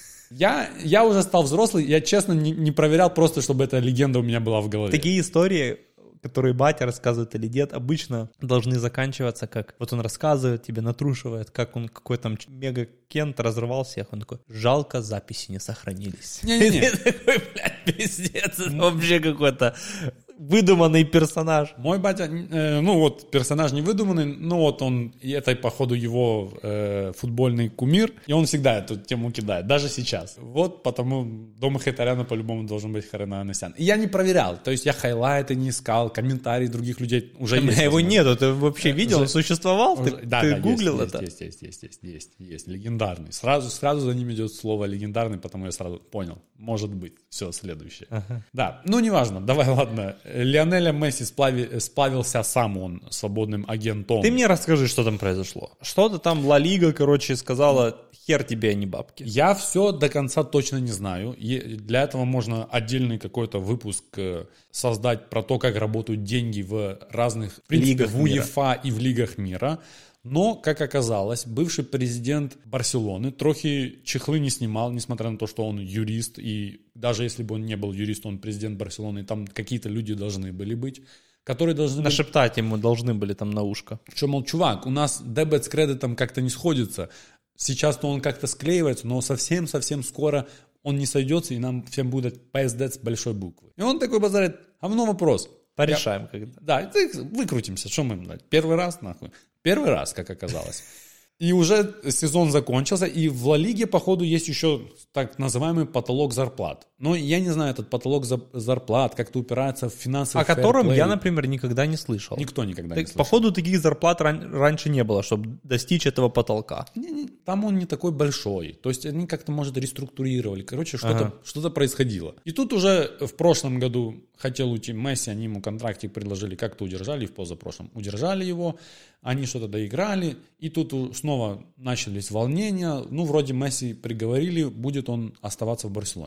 Я, я уже стал взрослый, я честно не, не проверял просто, чтобы эта легенда у меня была в голове. Такие истории, которые батя рассказывает или дед, обычно должны заканчиваться как... Вот он рассказывает, тебе натрушивает, как он какой там мега Кент разрывал всех. Он такой, жалко, записи не сохранились. Не-не-не. И ты такой, блядь, пиздец, это вообще какой-то выдуманный персонаж. Мой батя, э, ну вот персонаж не выдуманный, ну вот он, и это походу его э, футбольный кумир, и он всегда эту тему кидает, даже сейчас. Вот потому до Махитаряна по-любому должен быть Харен Оанесян. И я не проверял, то есть я хайлайты не искал, комментарии других людей уже У есть. меня его возможно. нету, ты вообще видел, он уже- существовал? Ты, Уже- да, ты да, гуглил есть, это? Есть, есть, есть, есть, есть, есть, легендарный. Сразу, сразу за ним идет слово легендарный, потому я сразу понял, может быть, все, следующее. Да, ну неважно, давай, ладно. Лионеля Месси сплави- сплавился сам он свободным агентом. Ты мне расскажи, что там произошло. Что-то там Ла Лига, короче, сказала, хер тебе, а не бабки. Я все до конца точно не знаю. И для этого можно отдельный какой-то выпуск э, создать про то, как работают деньги в разных, в принципе, Лигах в УЕФА и в лигах мира. Но, как оказалось, бывший президент Барселоны трохи чехлы не снимал, несмотря на то, что он юрист. И даже если бы он не был юрист, он президент Барселоны, и там какие-то люди должны были быть, которые должны были... Нашептать ему должны были там на ушко. Что, мол, чувак, у нас дебет с кредитом как-то не сходится. Сейчас-то он как-то склеивается, но совсем-совсем скоро он не сойдется, и нам всем будет пи эс ди с большой буквы. И он такой базарит, а ну вопрос. Порешаем когда. Да, и выкрутимся, что мы им дать? Первый раз, нахуй. Первый раз, как оказалось. И уже сезон закончился, и в Ла Лиге, походу, есть еще так называемый потолок зарплат. Но я не знаю, этот потолок за- зарплат как-то упирается в финансовый О котором фэрплей. я, например, никогда не слышал. Никто никогда Так, не слышал. походу, таких зарплат ран- раньше не было, чтобы достичь этого потолка. Не, не, там он не такой большой. То есть они как-то, может, реструктурировали. Короче, что-то, Ага. что-то происходило. И тут уже в прошлом году хотел уйти Месси, они ему контрактик предложили, как-то удержали, и в позапрошлом удержали его. Они что-то доиграли. И тут у- снова начались волнения. Ну, вроде Месси приговорили, будет он оставаться в Барселоне.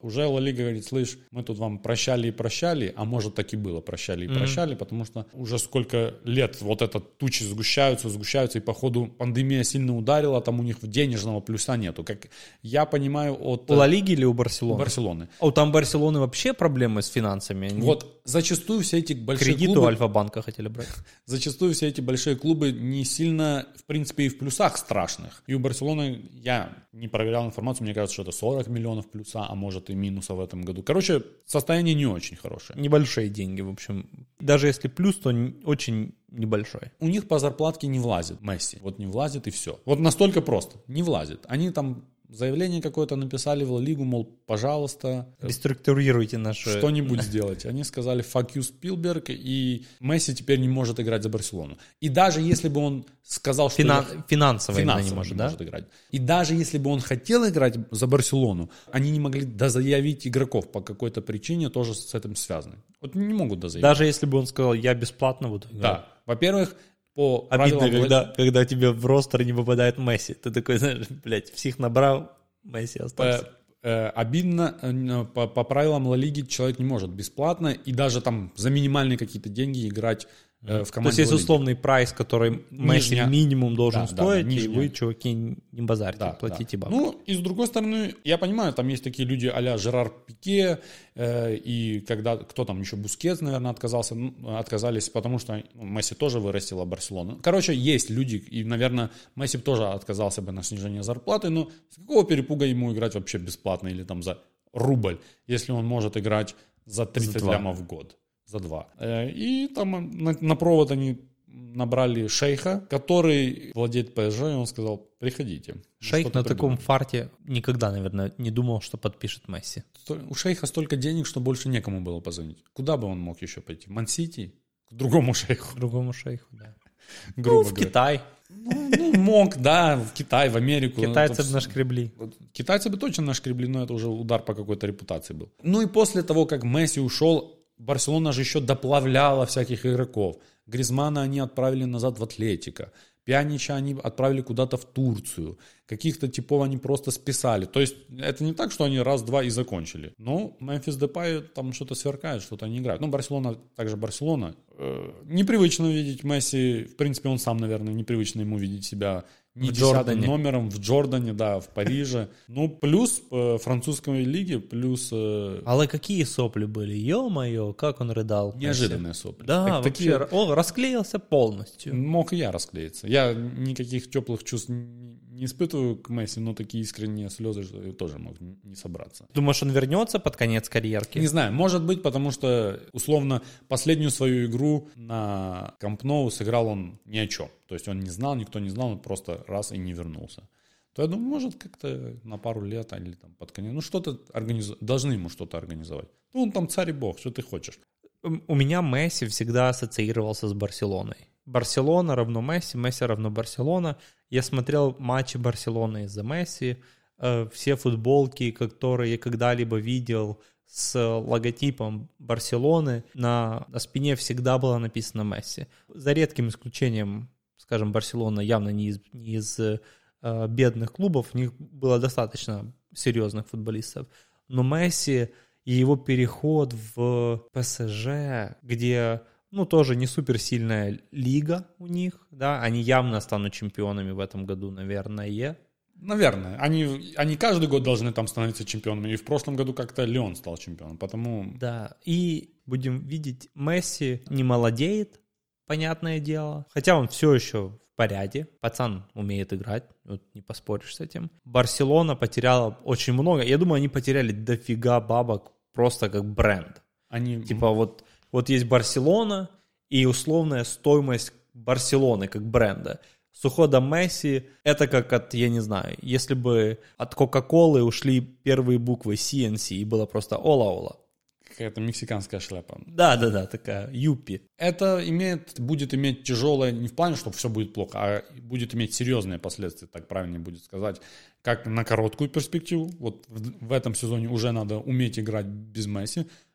уже Ла Лига говорит, слышь, мы тут вам прощали и прощали, а может так и было, прощали и mm-hmm. прощали, потому что уже сколько лет вот это тучи сгущаются, сгущаются, и походу пандемия сильно ударила, там у них денежного плюса нету. Как я понимаю от... У Ла Лиги или у Барселоны? У Барселоны. А у там Барселоны вообще проблемы с финансами? Они... Вот зачастую все эти большие Кредит клубы... у Альфа-банка хотели брать. Зачастую все эти большие клубы не сильно, в принципе, и в плюсах страшных. И у Барселоны, я не проверял информацию, мне кажется, что это сорок миллионов плюса, а может и минуса в этом году. Короче, состояние не очень хорошее. Небольшие деньги, в общем. Даже если плюс, то очень небольшой. У них по зарплатке не влазит Месси. Вот не влазит и все. Вот настолько просто. Не влазит. Они там... Заявление какое-то написали в Ла Лигу, мол, пожалуйста... Реструктурируйте наши... Что-нибудь сделать. Они сказали fuck you, Спилберг, и Месси теперь не может играть за Барселону. И даже если бы он сказал, что... Финан... Я... Финансово, Финансово не может, не да? может играть. И даже если бы он хотел играть за Барселону, они не могли дозаявить игроков по какой-то причине, тоже с этим связаны. Вот не могут дозаявить. Даже если бы он сказал, я бесплатно буду играть. Да. Во-первых... По Обидно, правилам... когда, когда тебе в ростер не попадает Месси. Ты такой, знаешь, блядь, всех набрал, Месси остался. Э, э, обидно, э, по, по правилам Ла Лиги человек не может бесплатно и даже там за минимальные какие-то деньги играть э, в команде. То есть есть условный прайс, который Месси Нижняя... минимум должен да, стоить, да, да, и вы, чуваки, не базарьте, да, платите да. бабки. Ну, и с другой стороны, я понимаю, там есть такие люди а-ля Жерар Пике, э, и когда, кто там еще, Бускетс, наверное, отказался, ну, отказались, потому что ну, Месси тоже вырастила Барселону. Короче, есть люди, и, наверное, Месси тоже отказался бы на снижение зарплаты, но с какого перепуга ему играть вообще бесплатно или там за рубль, если он может играть за тридцать лямов в год, за два. Э, и там на, на провод они набрали шейха, который владеет ПСЖ, и он сказал, приходите. Шейх на таком фарте никогда, наверное, не думал, что подпишет Месси. У шейха столько денег, что больше некому было позвонить. Куда бы он мог еще пойти? В Ман-Сити? К другому шейху? К другому шейху, да. Грубо ну, в говоря. Китай. Ну, ну, мог, да, в Китай, в Америку. Китайцы бы нашкребли. Китайцы бы точно нашкребли, но это уже удар по какой-то репутации был. Ну и после того, как Месси ушел, Барселона же еще доплавляла всяких игроков. Гризмана они отправили назад в Атлетико. Пьянича они отправили куда-то в Турцию. Каких-то типов они просто списали. То есть это не так, что они раз-два и закончили. Но Мемфис Депай там что-то сверкает, что-то они играют. Ну, Барселона, также Барселона. Э, непривычно видеть Месси. В принципе, он сам, наверное, непривычно ему видеть себя не десятым номером в Джордане, да, в Париже. Ну, плюс э, французской лиги, плюс... Э, Але какие сопли были, ё-моё, как он рыдал. Неожиданные сопли. Да, так, вообще, такие... о, расклеился полностью. Мог и я расклеиться. Я никаких теплых чувств не, не испытываю к Месси, но такие искренние слезы что я тоже мог не собраться. Думаешь, он вернется под конец карьерки? Не знаю, может быть, потому что, условно, последнюю свою игру на Камп Ноу сыграл он ни о чем. То есть он не знал, никто не знал, он просто раз и не вернулся. То я думаю, может как-то на пару лет или там под конец. Ну что-то организовать, должны ему что-то организовать. Ну он там царь и бог, что ты хочешь. У меня Месси всегда ассоциировался с Барселоной. Барселона равно Месси, Месси равно Барселона. Я смотрел матчи Барселоны из-за Месси. Все футболки, которые я когда-либо видел с логотипом Барселоны, на, на спине всегда было написано Месси. За редким исключением, скажем, Барселона явно не из, не из э, бедных клубов, у них было достаточно серьезных футболистов. Но Месси и его переход в ПСЖ, где, ну, тоже не суперсильная лига у них, да, они явно станут чемпионами в этом году, наверное. Наверное. Они, они каждый год должны там становиться чемпионами. И в прошлом году как-то Леон стал чемпионом. Поэтому... Да. И будем видеть, Месси не молодеет, понятное дело. Хотя он все еще в порядке. Пацан умеет играть. Вот не поспоришь с этим. Барселона потеряла очень много. Я думаю, они потеряли дофига бабок просто как бренд. Они... Типа вот, вот есть Барселона и условная стоимость Барселоны как бренда. С уходом Месси это как от, я не знаю, если бы от Кока-Колы ушли первые буквы си эн си и было просто Ола-Ола. Какая-то мексиканская шляпа. Да-да-да, такая, юппи. Это имеет, будет иметь тяжелое, не в плане, что все будет плохо, а будет иметь серьезные последствия, так правильнее будет сказать, как на короткую перспективу. Вот в, в этом сезоне уже надо уметь играть без Месси.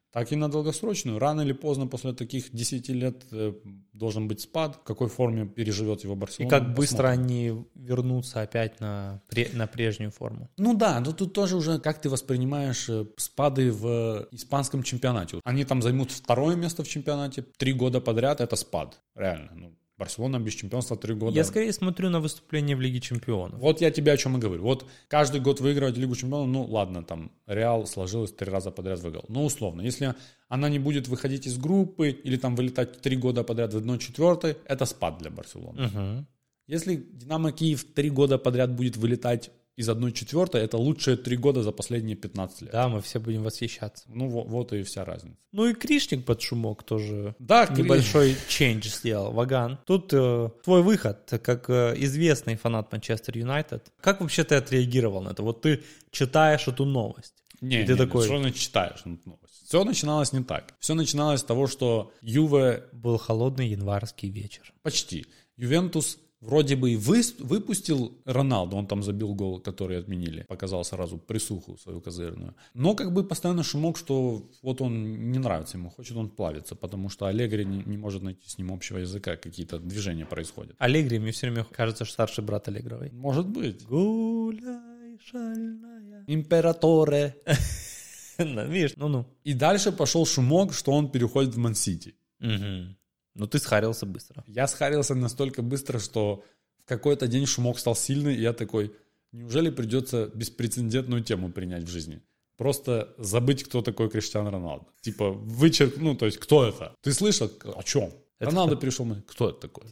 так и на долгосрочную. Рано или поздно после таких десяти лет э, должен быть спад. В какой форме переживет его Барселона. И как быстро они вернутся опять на, на прежнюю форму. Ну да, но тут тоже уже как ты воспринимаешь спады в испанском чемпионате. Они там займут второе место в чемпионате три года подряд, это спад. Реально, ну. Барселона без чемпионства три года. Я скорее смотрю на выступление в Лиге Чемпионов. Вот я тебе о чем и говорю. Вот каждый год выигрывать Лигу Чемпионов, ну ладно, там Реал сложилось три раза подряд выиграл. Ну условно, если она не будет выходить из группы или там вылетать три года подряд в одной четвертой, это спад для Барселоны. Угу. Если Динамо Киев три года подряд будет вылетать из одной четвертой, это лучшие три года за последние пятнадцать лет. Да, мы все будем восхищаться. Ну вот, вот и вся разница. Ну и Кришник под шумок тоже да, небольшой чейндж сделал, Ваган. Тут э, твой выход, как э, известный фанат Манчестер Юнайтед. Как вообще ты отреагировал на это? Вот ты читаешь эту новость. Не, ты не, такой... что ты читаешь эту новость? Все начиналось не так. Все начиналось с того, что Юве... Был холодный январский вечер. Почти. Ювентус... Вроде бы и вы, выпустил Роналду, он там забил гол, который отменили, показал сразу присуху свою козырную. Но как бы постоянно шумок, что вот он не нравится ему, хочет он плавиться, потому что Аллегри не, не может найти с ним общего языка, какие-то движения происходят. Аллегри, мне все время кажется, что старший брат Аллегровой. Может быть. Гуляй, шальная. Императоре. Видишь, ну-ну. И дальше пошел шумок, что он переходит в Ман-Сити. Угу. Ну, ты схарился быстро. Я схарился настолько быстро, что в какой-то день шумок стал сильный, и я такой, неужели придется беспрецедентную тему принять в жизни? Просто забыть, кто такой Криштиану Роналду. Типа, вычеркнуть, ну, то есть, кто это? Ты слышал? О чем? Это Роналду кто? перешел, кто это такой?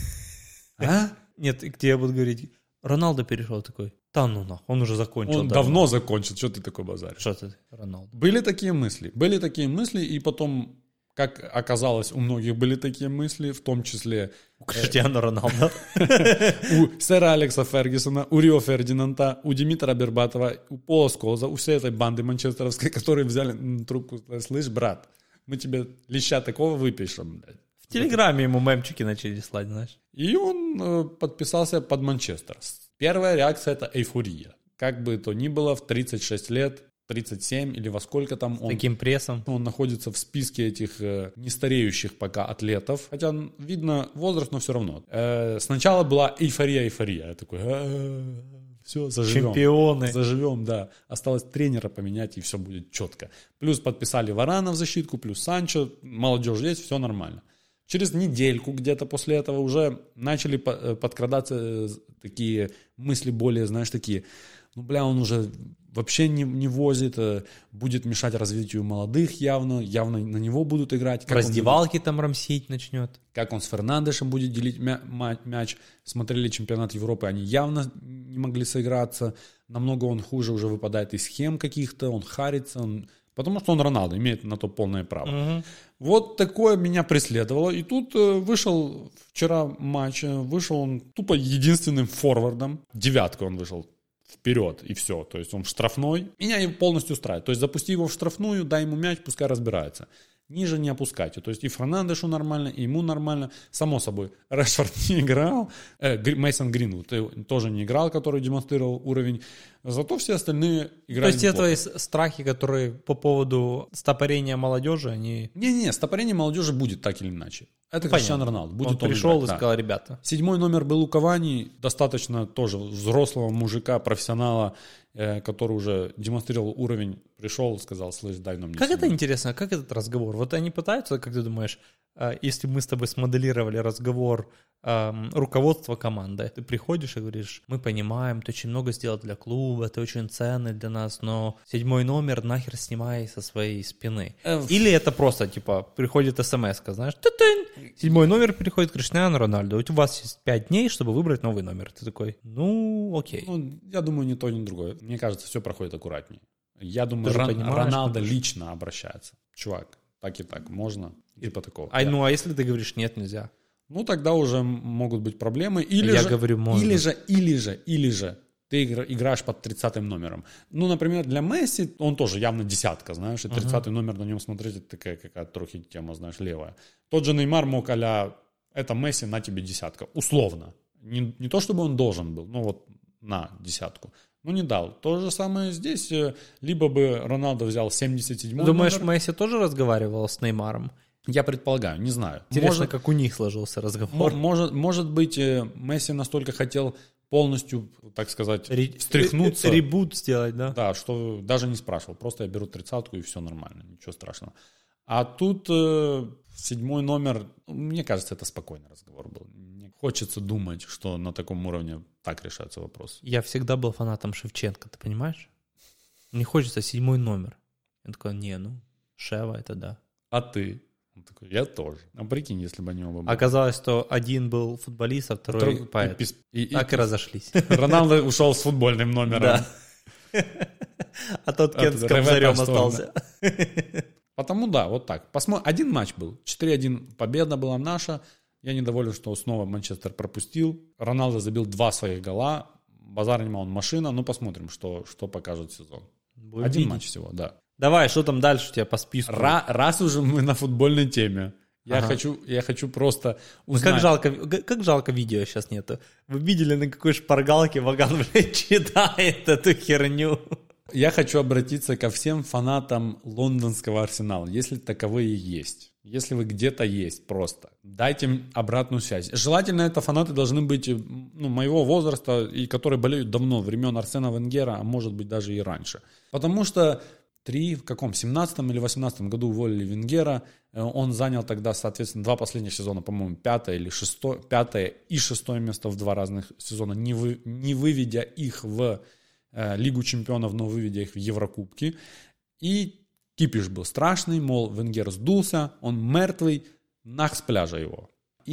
А? Нет, где я буду говорить, Роналду перешел такой, да ну нахуй, он уже закончил. Он давно закончил, что ты такой базаришь? Что ты, Роналду? Были такие мысли, были такие мысли, и потом... Как оказалось, у многих были такие мысли, в том числе... У Криштиану Роналду. У сэра Алекса Фергюсона, у Рио Фердинанда, у Димитра Бербатова, у Пола Сколза, у всей этой банды манчестеровской, которые взяли трубку, слышь, брат, мы тебе леща такого выпишем, блядь. В Телеграме ему мемчики начали слать, знаешь. И он э, подписался под Манчестер. Первая реакция — это эйфория. Как бы то ни было, в тридцать шесть лет... тридцать семь или во сколько там он... Таким прессом. Он находится в списке этих э, нестареющих пока атлетов. Хотя видно возраст, но все равно. Э, сначала была эйфория-эйфория. Я такой, все, заживем. Чемпионы. Заживем, да. Осталось тренера поменять, и все будет четко. Плюс подписали Варана в защитку, плюс Санчо. Молодежь есть, все нормально. Через недельку где-то после этого уже начали подкрадаться такие мысли более, знаешь, такие... Ну, бля, он уже вообще не, не возит, будет мешать развитию молодых явно, явно на него будут играть. В раздевалке там рамсить начнет. Как он с Фернандешем будет делить мя- мяч. Смотрели чемпионат Европы, они явно не могли сыграться. Намного он хуже уже выпадает из схем каких-то, он харится, он... потому что он Роналдо, имеет на то полное право. Угу. Вот такое меня преследовало. И тут вышел вчера матч, вышел он тупо единственным форвардом. Девяткой он вышел. Вперед, и все. То есть он в штрафной. Меня полностью устраивает. То есть запусти его в штрафную, дай ему мяч, пускай разбирается. Ниже не опускайте. То есть и Фернандешу нормально, и ему нормально. Само собой, Решфорд не играл. Э, Мейсон Гринвуд тоже не играл, который демонстрировал уровень. Зато все остальные играли. То есть те твои страхи, которые по поводу стопорения молодежи, они... Не-не, стопорение молодежи будет так или иначе. Это Понятно. Криштиану Роналду. Будет он, он пришел играть, и да. сказал, ребята. Седьмой номер был у Кавани, достаточно тоже взрослого мужика, профессионала, э, который уже демонстрировал уровень, пришел, сказал, слышь, дай нам... Как это интересно, как этот разговор? Вот они пытаются, как ты думаешь, если мы с тобой смоделировали разговор э, руководства команды, ты приходишь и говоришь, мы понимаем, ты очень много сделал для клуба, ты очень ценный для нас, но седьмой номер нахер снимай со своей спины. Э, Или это просто, типа, приходит смс-ка, знаешь, ты-тынь, седьмой номер переходит к Криштиану Роналду, у вас есть пять дней, чтобы выбрать новый номер. Ты такой, ну, окей. Ну, я думаю, ни то, ни другое. Мне кажется, все проходит аккуратнее. Я думаю, Ты же Рон, понимаешь, Роналдо что- лично обращается. Чувак, так и так, можно? Типа такого. А, Я- ну, а если ты говоришь, нет, нельзя? Ну, тогда уже м- могут быть проблемы. Или Я же, говорю, можно. Или же, или же, или же ты игра- играешь под тридцатым номером. Ну, например, для Месси он тоже явно десятка, знаешь, и тридцатый номер на нем смотреть, это такая какая-то трохи тема, знаешь, левая. Тот же Неймар мог а-ля, это Месси, на тебе десятка, условно. Не, не то, чтобы он должен был, но вот на десятку. Ну, не дал. То же самое здесь. Либо бы Роналдо взял семьдесят седьмой Думаешь, номер. Месси тоже разговаривал с Неймаром? Я предполагаю, не знаю. Интересно, Может, как у них сложился разговор. м- может, может быть, э, Месси настолько хотел полностью, так сказать, Ре- встряхнуться. ре- Ребут сделать, да? Да, что даже не спрашивал. Просто я беру тридцатку и все нормально, ничего страшного. А тут э, седьмой номер, мне кажется, это спокойный разговор был. Мне хочется думать, что на таком уровне так решается вопрос. Я всегда был фанатом Шевченко, ты понимаешь? Мне хочется седьмой номер. Я такой, не, ну, Шева это да. А ты? Он такой, я тоже. А прикинь, если бы они оба были. Оказалось, что один был футболист, а второй Второй- поэт. и- и- и- Так и разошлись. Роналдо ушел с футбольным номером. Да. А тот А Кент с тут Кобзарем РВ так остался. Потому да, вот так. Посмо... Один матч был. четыре один победа была наша. Я недоволен, что снова Манчестер пропустил. Роналдо забил два своих гола. Базар нема, он машина. Ну, посмотрим, что, что покажет сезон. Будем Один видеть. матч всего, да. Давай, что там дальше у тебя по списку? Ра- раз уже мы на футбольной теме, я, Ага. хочу, я хочу просто Ну, узнать... Как жалко, как как жалко видео сейчас нету. Вы видели, на какой шпаргалке Ваган, блядь, читает эту херню? Я хочу обратиться ко всем фанатам лондонского Арсенала, если таковые есть. Если вы где-то есть просто, дайте им обратную связь. Желательно это фанаты должны быть ну, моего возраста, и которые болеют давно, времен Арсена Венгера, а может быть даже и раньше. Потому что три, в каком, семнадцатом или восемнадцатом году уволили Венгера, он занял тогда, соответственно, два последних сезона, по-моему, пятое или шестое, пятое и шестое место в два разных сезона, не, вы, не выведя их в э, Лигу чемпионов, но выведя их в Еврокубки. И кипиш был страшный, мол, Венгер сдулся, он мертвый, нах с пляжа его.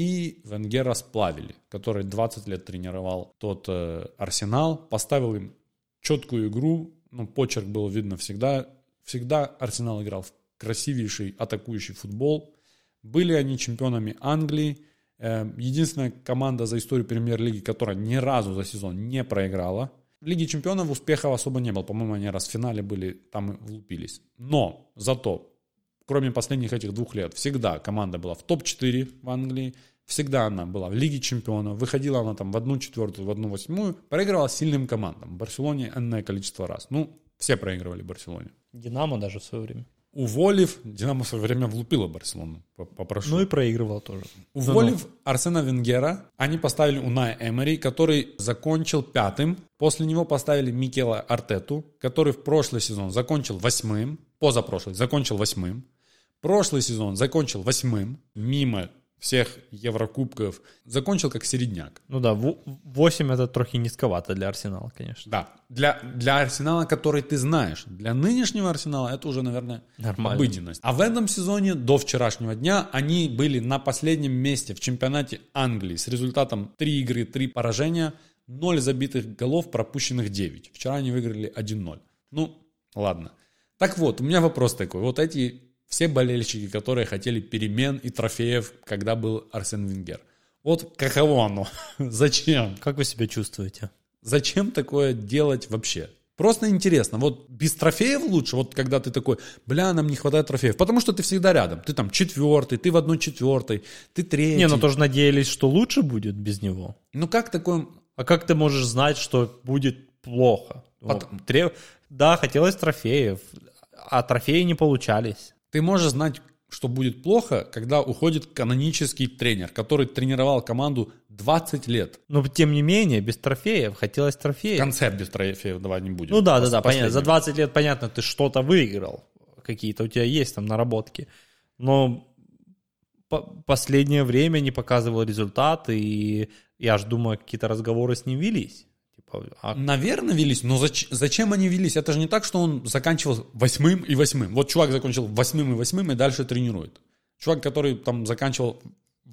И Венгера сплавили, который двадцать лет тренировал тот э, Арсенал, поставил им четкую игру, ну, почерк был видно всегда. Всегда Арсенал играл в красивейший атакующий футбол. Были они чемпионами Англии. Э, единственная команда за историю премьер-лиги, которая ни разу за сезон не проиграла. В Лиге чемпионов успехов особо не было. По-моему, они раз в финале были, там и влупились. Но зато, кроме последних этих двух лет, всегда команда была в топ четыре в Англии. Всегда она была в Лиге чемпионов. Выходила она там в одну четвертую, в одну восьмую. Проигрывала сильным командам. В Барселоне энное количество раз. Ну, все проигрывали Барселоне. Динамо даже в свое время. Уволив, Динамо в свое время влупила Барселону. Попрошу. Ну и проигрывал тоже. Уволив Арсена Венгера, они поставили Уная Эмери, который закончил пятым. После него поставили Микела Артету, который в прошлый сезон закончил восьмым. Позапрошлый закончил восьмым. Прошлый сезон закончил восьмым. Мимо всех Еврокубков. Закончил как середняк. Ну да, восемь это трохи низковато для Арсенала, конечно. Да. Для, для Арсенала, который ты знаешь. Для нынешнего Арсенала это уже, наверное, Нормально. обыденность. А в этом сезоне, до вчерашнего дня, они были на последнем месте в чемпионате Англии с результатом три игры, три поражения, ноль забитых голов, пропущенных девять. Вчера они выиграли один ноль. Ну, ладно. Так вот, у меня вопрос такой. Вот эти все болельщики, которые хотели перемен и трофеев, когда был Арсен Венгер. Вот каково оно? Зачем? Как вы себя чувствуете? Зачем такое делать вообще? Просто интересно. Вот без трофеев лучше, вот когда ты такой, бля, нам не хватает трофеев. Потому что ты всегда рядом. Ты там четвертый, ты в одной четвертой, ты третий. Не, ну тоже надеялись, что лучше будет без него. Ну как такое... А как ты можешь знать, что будет плохо? Пот- Ну, треб- Да, хотелось трофеев, а трофеи не получались. Ты можешь знать, что будет плохо, когда уходит канонический тренер, который тренировал команду двадцать лет. Но тем не менее, без трофеев хотелось трофеев. Концепт без трофеев давай не будем. Ну да, да, Пос- да, понятно. За последний. двадцать лет, понятно, ты что-то выиграл. Какие-то у тебя есть там наработки. Но по- последнее время не показывал результаты, и я ж думаю, какие-то разговоры с ним велись. Типа, а Наверное, велись, но зач- зачем они велись? Это же не так, что он заканчивал восьмым и восьмым. Вот чувак закончил восьмым и восьмым и дальше тренирует. Чувак, который там заканчивал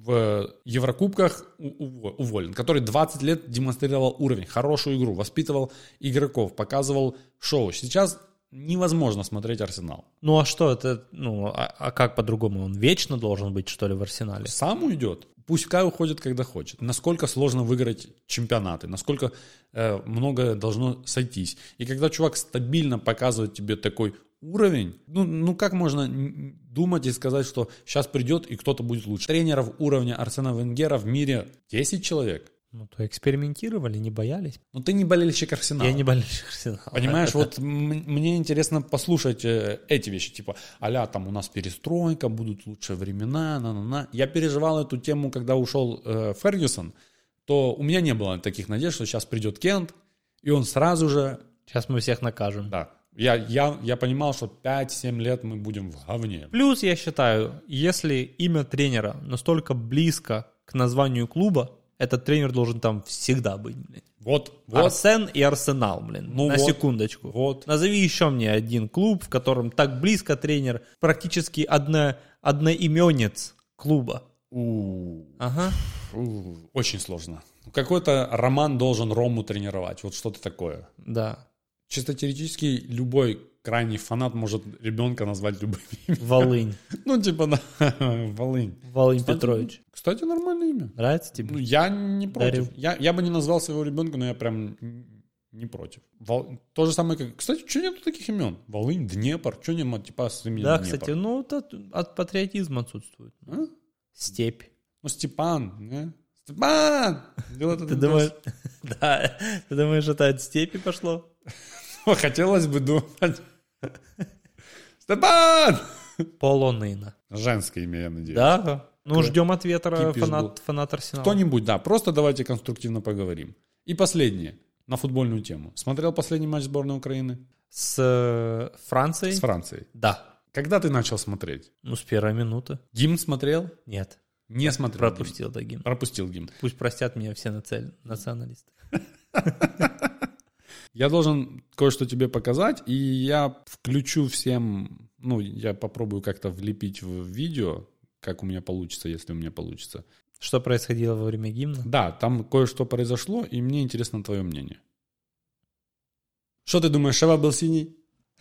в Еврокубках, у- уво- уволен. Который двадцать лет демонстрировал уровень, хорошую игру, воспитывал игроков, показывал шоу. Сейчас невозможно смотреть Арсенал. Ну а что это, ну а, а как по-другому? Он вечно должен быть, что ли, в Арсенале? Сам уйдет. Пускай уходит, когда хочет. Насколько сложно выиграть чемпионаты, насколько э, многое должно сойтись. И когда чувак стабильно показывает тебе такой уровень, ну, ну как можно н- думать и сказать, что сейчас придет и кто-то будет лучше. Тренеров уровня Арсена Венгера в мире десять человек. Ну, то экспериментировали, не боялись. Ну, ты не болельщик Арсенала. Я не болельщик Арсенала. Понимаешь, вот м- мне интересно послушать э, эти вещи, типа, а-ля, там у нас перестройка, будут лучшие времена, на-на-на. Я переживал эту тему, когда ушел э, Фергюсон, то у меня не было таких надежд, что сейчас придет Кент, и он сразу же... Сейчас мы всех накажем. Да. Я, я, я понимал, что пять-семь лет мы будем в говне. Плюс, я считаю, если имя тренера настолько близко к названию клуба, этот тренер должен там всегда быть, блин. Вот, вот. Арсен и Арсенал, блин. Ну на вот, секундочку. вот. Назови еще мне один клуб, в котором так близко тренер, практически одно, одноименец клуба. У, Ага. у, очень сложно. Какой-то Роман должен Рому тренировать, вот что-то такое. Да. Чисто теоретически любой крайний фанат может ребенка назвать любым именем. Волынь. Ну, типа, да, Волынь. Волынь Кстати, Петрович. Кстати, нормальное имя. Нравится тебе? Ну, я не против. Дарю. Я, я бы не назвал своего ребенка, но я прям не против. Вол... То же самое, как... Кстати, что нету таких имен? Волынь, Днепр, что нема типа с именем Да, Днепр? кстати, ну, это от патриотизма отсутствует. А? Степь. Ну, Степан, не? Степан! Ты думаешь, да, ты думаешь, это от степи пошло? Хотелось бы думать. Степан! Полонина. Женское имя, я надеюсь. Да, ну ждем ответа Кипиш был. фанат, фанат Арсенала. Кто-нибудь, да. Просто давайте конструктивно поговорим. И последнее. На футбольную тему. Смотрел последний матч сборной Украины? С э, Францией? С Францией. Да. Когда ты начал смотреть? Ну, с первой минуты. Гимн смотрел? Нет. Не смотрел. Пропустил, да, гимн. гимн. Пропустил гимн. Пусть простят меня все наци- националисты. Я должен кое-что тебе показать, и я включу всем, ну, я попробую как-то влепить в видео, как у меня получится, если у меня получится. Что происходило во время гимна? Да, там кое-что произошло, и мне интересно твое мнение. Что ты думаешь, Шева был синий?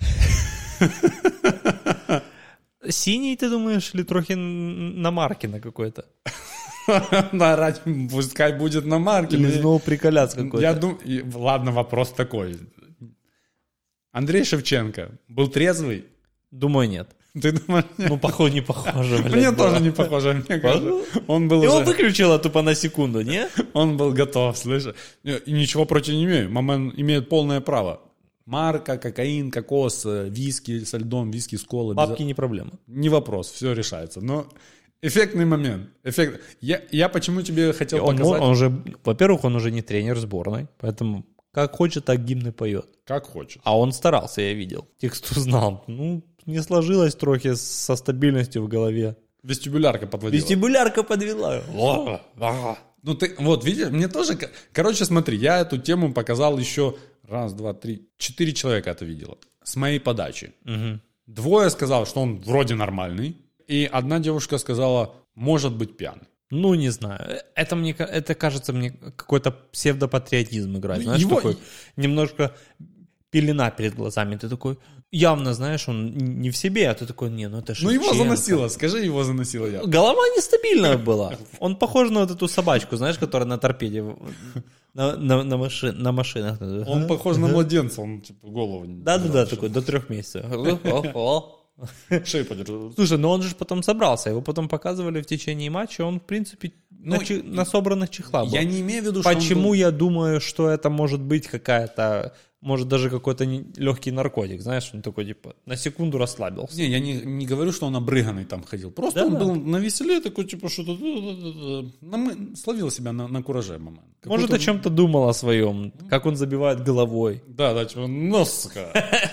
Синий, ты думаешь, или трохи на Маркина какой-то? Да, ради, пускай будет на марке. Или снова приколяц какой-то? Я думаю, ладно, вопрос такой. Андрей Шевченко был трезвый? Думаю, нет. Ты думаешь? Ну, похоже, не похоже, блядь, Мне было. тоже не похоже, мне кажется. Он был Его уже... выключило тупо на секунду, не? Он был готов, слышишь? И ничего против не имею. Мамен имеет полное право. Марка, кокаин, кокос, виски со льдом, виски с колой. Бабки не проблема. Не вопрос, все решается. Но эффектный момент. Эффект... Я, я почему тебе хотел Он, показать... он уже, во-первых, он уже не тренер сборной, поэтому как хочет, так гимны поет. Как хочешь. А он старался, я видел. Тексту знал. Ну, не сложилось трохи со стабильностью в голове. Вестибулярка подводила. Вестибулярка подвела. Ну ты, вот, видишь, мне тоже... Короче, смотри, я эту тему показал еще раз, два, три, четыре человека это видело. С моей подачи. Угу. Двое сказали, что он вроде нормальный. И одна девушка сказала, может быть пьяный. Ну, не знаю. Это, мне, ка- это кажется мне какой-то псевдопатриотизм играть. Ну, Знаешь, его- такой немножко пелена перед глазами. Ты такой, явно, знаешь, он не в себе, а ты такой, не, ну это Ну его Шевченко. заносило, скажи, его заносило я. Голова нестабильная была. Он похож на вот эту собачку, знаешь, которая на торпеде, на, на, на, маши- на машинах. Он похож на младенца, он типа голову... не Да-да-да, держал, такой, до трех месяцев. Шею подержал. Слушай, ну он же потом собрался, его потом показывали в течение матча, он, в принципе, на, Ну, чи- на собранных чехлах был. Я не имею в виду, что он Почему был- я думаю, что это может быть какая-то, может даже какой-то не- легкий наркотик, знаешь, он такой, типа, на секунду расслабился. Не, я не, не говорю, что он обрыганный там ходил. Просто он Да-да. был на веселе, такой, типа, что-то... намы- Словил себя на, на кураже момент. Может, Какой-то- о чем-то думал о своем, как он забивает головой. Да, да, типа, носка.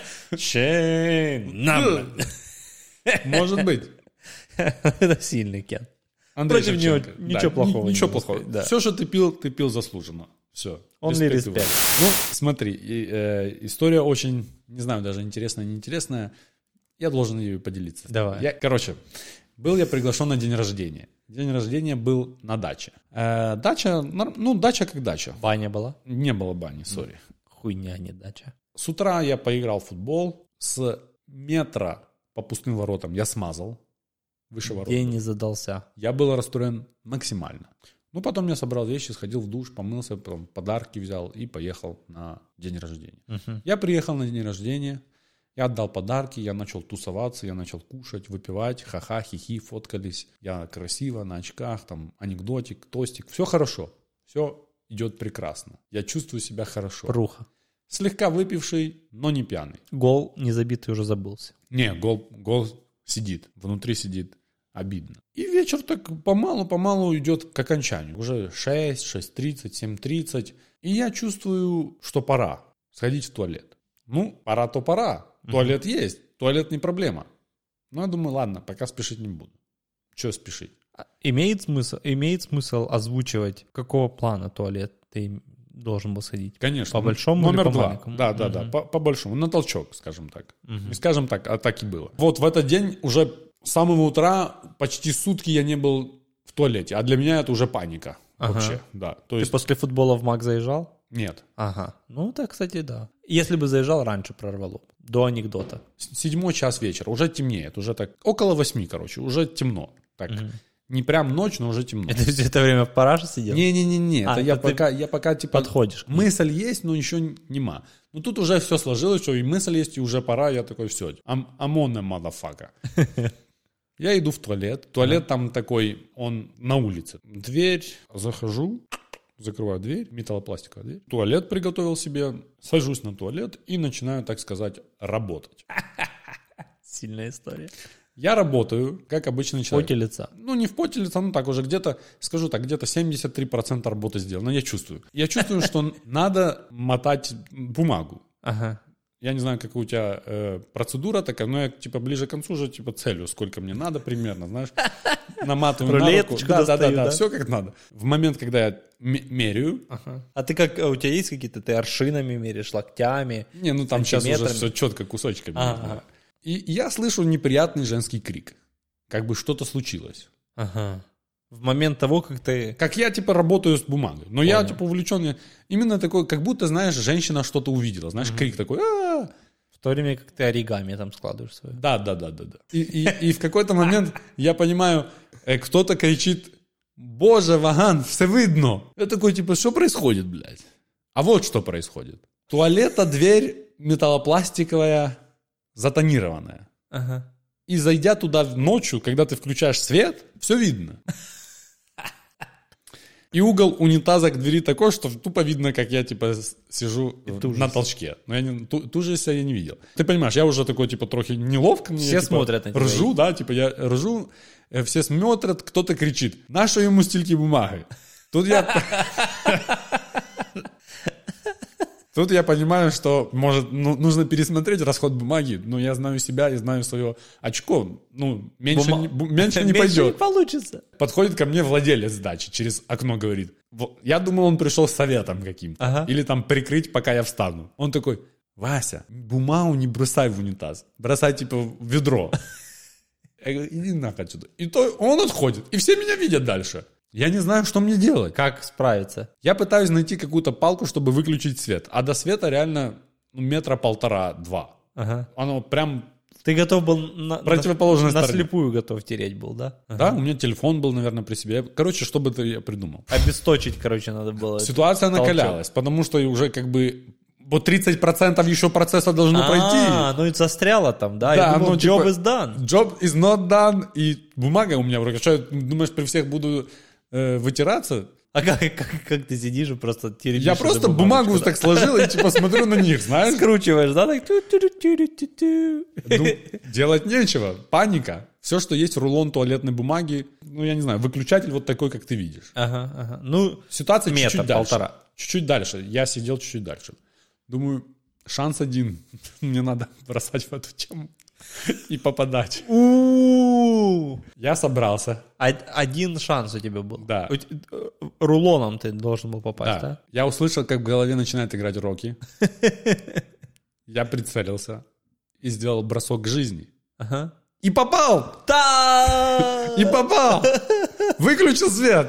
Чейн, нам. Может быть. Это сильный Кен. Андрей Против него Шевченко. ничего Да, плохого ни- не Ничего могу плохого. сказать, да. Все, что ты пил, ты пил заслуженно. Все. Only Респект его. respect. Ну, смотри, и, э, история очень, не знаю, даже интересная, неинтересная. Я должен ею поделиться. Давай. Я, короче, был я приглашен на день рождения. День рождения был на даче. Э, дача, норм- ну, дача как дача. Баня была? Не было бани, сори. Хуйня, не дача. С утра я поиграл в футбол. С метра по пустым воротам я смазал. Выше ворот. День не задался. Я был расстроен максимально. Ну, потом я собрал вещи, сходил в душ, помылся, потом подарки взял и поехал на день рождения. Мгм. Я приехал на день рождения, я отдал подарки, я начал тусоваться, я начал кушать, выпивать, ха-ха, хихи, фоткались. Я красиво, на очках, там, анекдотик, тостик. Все хорошо, все идет прекрасно. Я чувствую себя хорошо. Пруха. Слегка выпивший, но не пьяный. Гол не забитый уже забылся. Не, гол, гол сидит, внутри сидит. Обидно. И вечер так помалу-помалу идет к окончанию. Уже шесть, шесть тридцать, семь тридцать. И я чувствую, что пора сходить в туалет. Ну, пора то пора. Туалет mm-hmm. есть. Туалет не проблема. Но я думаю, ладно, пока спешить не буду. Чего спешить? Имеет смысл, имеет смысл озвучивать, какого плана туалет ты должен был сходить? Конечно. По большому Номер или по два. маленькому? Да, да, mm-hmm. да. По, по большому. На толчок, скажем так. Mm-hmm. И скажем так, а так и было. Вот в этот день уже с самого утра почти сутки я не был в туалете. А для меня это уже паника. Ага. Вообще, да. То Ты есть... после футбола в МАК заезжал? Нет. Ага. Ну, так, кстати, да. Если бы заезжал, раньше прорвало. До анекдота. Седьмой час вечера. Уже темнеет. Уже так... Около восьми, короче. Уже темно. Так... Угу. Не прям ночь, но уже темно. Это все это время в параже сидел? Не-не-не, а, это я пока, я пока типа... Подходишь. Мысль есть, но еще нема. Ну тут уже все сложилось, что и мысль есть, и уже пора. Я такой, все, амоне, мадафака. Я иду в туалет. Туалет там такой, он на улице. Дверь, захожу, закрываю дверь, металлопластиковая дверь. Туалет приготовил себе, сажусь на туалет и начинаю, так сказать, работать. Сильная история. Я работаю, как обычный человек. В поте лица. Ну, не в поте лица, ну так уже где-то, скажу так, где-то семьдесят три процента работы сделано. Я чувствую. Я чувствую, что надо мотать бумагу. Ага. Я не знаю, какая у тебя э, процедура такая, но я типа ближе к концу уже типа целью, сколько мне надо примерно, знаешь. Наматываю на руку. Да, да, да, да, все как надо. В момент, когда я меряю. Ага. А ты как, у тебя есть какие-то, ты аршинами меряешь, локтями? Не, ну там сейчас уже все четко кусочками. Ага. И я слышу неприятный женский крик. Как бы что-то случилось. Ага. В момент того, как ты... Как я, типа, работаю с бумагой. Но Понял. Я, типа, увлечен. Именно такой, как будто, знаешь, женщина что-то увидела. Знаешь, угу. крик такой. А-а-а! В то время, как ты оригами там складываешь свое. Да, да, да, да. да. И, и, и в какой-то момент я понимаю, кто-то кричит: «Боже, Ваган, все видно!» Я такой, типа, что происходит, блядь? А вот что происходит. Туалета дверь металлопластиковая, затонированная. Ага. И зайдя туда ночью, когда ты включаешь свет, все видно. И угол унитаза к двери такой, что тупо видно, как я, типа, сижу на толчке. Но я не, ту, ту же я не видел. Ты понимаешь, я уже такой, типа, трохи неловко. Мне, все я, типа, смотрят на тебя. Ржу, да, типа, я ржу, все смотрят, кто-то кричит: «Нащо ему стільки бумаги?» Тут я... Тут я понимаю, что, может, ну, нужно пересмотреть расход бумаги. Ну, я знаю себя, я знаю свое очко. Ну, меньше, Бума... не, бу, меньше не меньше пойдет. не получится. Подходит ко мне владелец дачи, через окно говорит. Я думал, он пришел с советом каким-то. Ага. Или там прикрыть, пока я встану. Он такой: «Вася, бумагу не бросай в унитаз. Бросай, типа, в ведро». Я говорю: «Иди нахуй отсюда». И то он отходит. И все меня видят дальше. Я не знаю, что мне делать. Как справиться? Я пытаюсь найти какую-то палку, чтобы выключить свет. А до света реально ну, метра полтора-два. Ага. Оно прям... Ты готов был на, противоположной на, на стороне. слепую готов тереть был, да? Ага. Да, у меня телефон был, наверное, при себе. Короче, что бы это я придумал. Обесточить, короче, надо было. Ситуация накалялась, потому что уже как бы... Вот тридцать процентов еще процесса должно а, пройти. А, ну и застряло там, да? Да, Я думал, ну, job типа, is done. Job is not done. И бумага у меня в руке. Что, думаешь, при всех буду... вытираться. А как, как, как ты сидишь и просто теребишь? Я просто бумагу да? так сложил и типа смотрю на них, знаешь? Скручиваешь, да? Так... Ну, делать нечего. Паника. Все, что есть, рулон туалетной бумаги, ну, я не знаю, выключатель вот такой, как ты видишь. Ага, ага. Ну, ситуация метр, чуть-чуть дальше. полтора. Чуть-чуть дальше. Я сидел чуть-чуть дальше. Думаю, шанс один. Мне надо бросать в эту тему и попадать. У-у-у. Я собрался. Один шанс у тебя был. Да. Рулоном ты должен был попасть, да? да? Я услышал, как в голове начинает играть Рокки. Я прицелился и сделал бросок к жизни. Ага. И попал! Да! И попал! Выключил свет!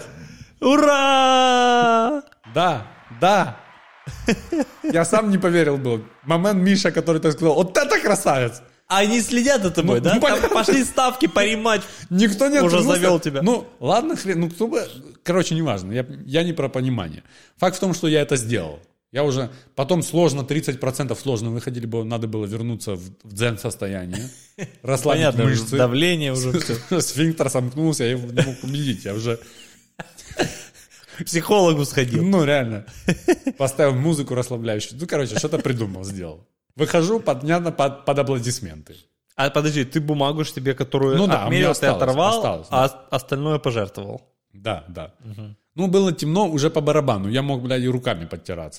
Ура! Да, да. Я сам не поверил был. Момент Миша, который так сказал: «Вот это красавец!» А они следят за тобой, ну, да? Ну, Там пошли ставки по рематч. Никто не уже отвернулся. завел тебя. Ну, ладно, хрен. Ну, кто бы... Короче, неважно. Я, я не про понимание. Факт в том, что я это сделал. Я уже... Потом сложно, тридцать процентов сложно выходили бы. Надо было вернуться в, в дзен-состояние. Расслабить Понятно, мышцы. Давление уже все. Сфинктер сомкнулся, я его не мог победить. Я уже... К психологу сходил. Ну, реально. Поставил музыку расслабляющую. Ну, короче, что-то придумал, сделал. Выхожу, понятно, под, под аплодисменты. А подожди, ты бумагу ж тебе, которую Ну да, у меня отмерил, ты осталось, оторвал, осталось, а да. ос- остальное пожертвовал. Да, да. Ну, было темно, уже по барабану. Я мог, блядь, и руками подтираться.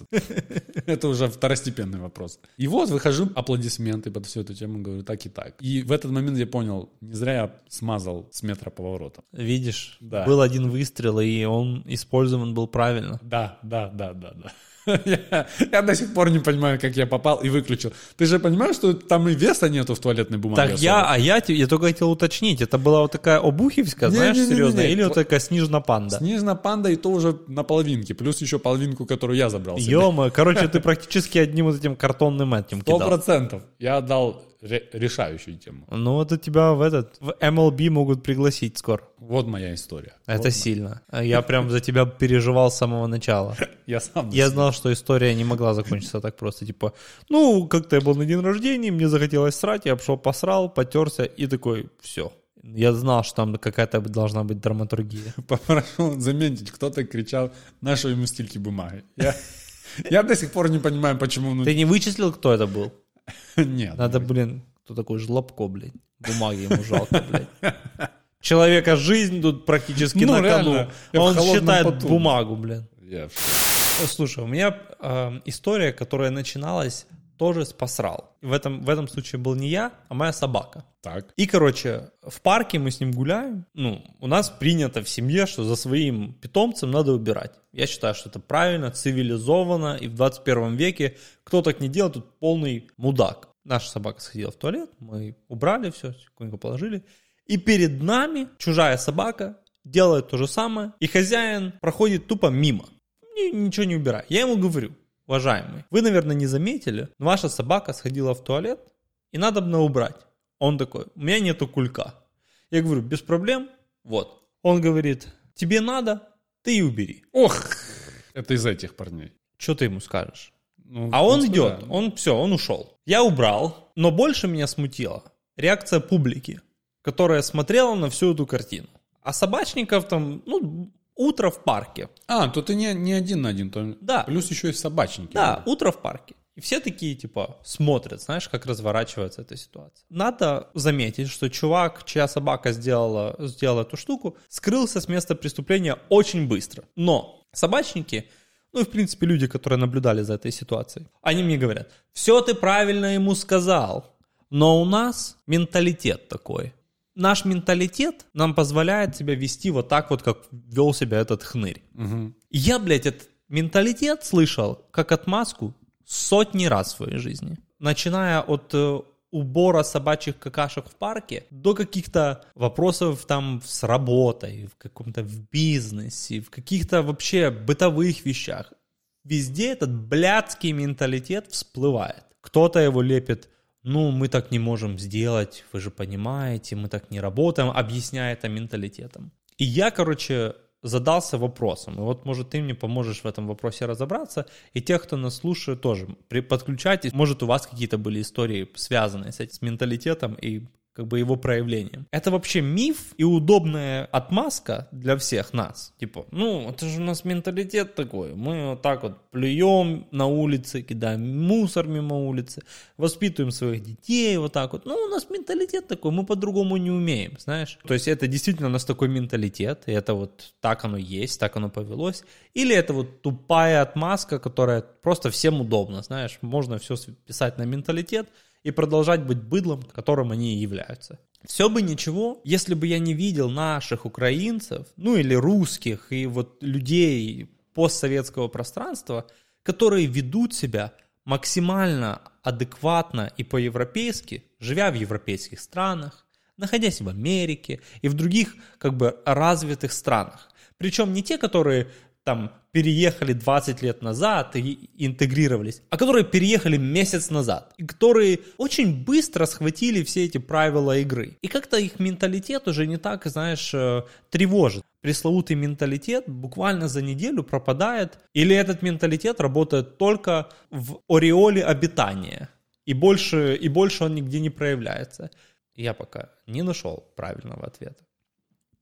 Это уже второстепенный вопрос. И вот выхожу, аплодисменты под всю эту тему, говорю, так и так. И в этот момент я понял, не зря я смазал с метра поворотом. Видишь, Да. был один выстрел, и он использован был правильно. Да, да, да, да, да. Я, я до сих пор не понимаю, как я попал и выключил. Ты же понимаешь, что там и веса нету в туалетной бумаге? Так особо? я, а я, те- я только хотел уточнить, это была вот такая обухевская, знаешь, Не-не-не-не-не. серьезная, или вот Вот- такая снежная панда? Снежная панда, и то уже на половинке. Плюс еще половинку, которую я забрал себе. Ё-моё, короче, ты практически одним вот этим картонным этим Сто кидал. процентов. Я отдал ре- решающую тему. Ну вот у тебя в этот, в эм эл би могут пригласить скоро. Вот моя история. Это Вот сильно. Я прям за тебя переживал с самого начала. моя- Я сам. Я знал, что история не могла закончиться так просто. Типа, ну, как-то я был на день рождения, мне захотелось срать, я пошел посрал, потерся и такой, все. Я знал, что там какая-то должна быть драматургия. Попрошу заметить, кто-то кричал, на что ему стильки бумаги. Я, я до сих пор не понимаю, почему... Ну, Ты не вычислил, кто это был? нет. Надо, блин, кто такой Жлобко, блядь. Бумаги ему жалко, блядь. Человека жизнь тут практически Ну, на кону. реально, я в Он холодном считает поту. бумагу, блин. Я- Слушай, у меня э, история, которая начиналась тоже с посрал. В этом, в этом случае был не я, а моя собака. Так. И, короче, в парке мы с ним гуляем. Ну, у нас принято в семье, что за своим питомцем надо убирать. Я считаю, что это правильно, цивилизованно. И в двадцать первом веке кто так не делает, тут полный мудак. Наша собака сходила в туалет, мы убрали все, тихонько положили. И перед нами чужая собака делает то же самое. И хозяин проходит тупо мимо. Ни- Ничего не убирая. Я ему говорю, уважаемый, вы, наверное, не заметили, но ваша собака сходила в туалет, и надо бы убрать. Он такой, у меня нету кулька. Я говорю, без проблем, вот. Он говорит, тебе надо, ты и убери. Ох, это из этих парней. Что ты ему скажешь? Ну, А он в принципе, идет, да. он все, он ушел. Я убрал, но больше меня смутила реакция публики, которая смотрела на всю эту картину. А собачников там, ну, утро в парке. А, то ты не, не один на один, то Да. плюс еще и собачники. Да, утро в парке. И все такие, типа, смотрят, знаешь, как разворачивается эта ситуация. Надо заметить, что чувак, чья собака сделала, сделала эту штуку, скрылся с места преступления очень быстро. Но собачники, ну и, в принципе, люди, которые наблюдали за этой ситуацией, они мне говорят, все ты правильно ему сказал, но у нас менталитет такой. Наш менталитет нам позволяет себя вести вот так вот, как вел себя этот хнырь. Мгм. И я, блядь, этот менталитет слышал как отмазку сотни раз в своей жизни. Начиная от э, убора собачьих какашек в парке до каких-то вопросов там с работой, в каком-то в бизнесе, в каких-то вообще бытовых вещах. Везде этот блядский менталитет всплывает. Кто-то его лепит, ну, мы так не можем сделать, вы же понимаете, мы так не работаем, объясняя это менталитетом. И я, короче, задался вопросом, и вот, может, ты мне поможешь в этом вопросе разобраться, и тех, кто нас слушает, тоже при- подключайтесь, может, у вас какие-то были истории, связанные с этим, с менталитетом и как бы его проявлением. Это вообще миф и удобная отмазка для всех нас. Типа, ну, это же у нас менталитет такой, мы вот так вот плюем на улице, кидаем мусор мимо улицы, воспитываем своих детей вот так вот. Ну, у нас менталитет такой, мы по-другому не умеем, знаешь. То есть это действительно у нас такой менталитет, и это вот так оно есть, так оно повелось. Или это вот тупая отмазка, которая просто всем удобна, знаешь. Можно все списать на менталитет и продолжать быть быдлом, которым они и являются. Все бы ничего, если бы я не видел наших украинцев, ну или русских, и вот людей постсоветского пространства, которые ведут себя максимально адекватно и по-европейски, живя в европейских странах, находясь в Америке и в других как бы развитых странах. Причем не те, которые там переехали двадцать лет назад и интегрировались, а которые переехали месяц назад, и которые очень быстро схватили все эти правила игры. И как-то их менталитет уже не так, знаешь, тревожит. Пресловутый менталитет буквально за неделю пропадает, или этот менталитет работает только в ореоле обитания, и больше, и больше он нигде не проявляется. Я пока не нашел правильного ответа.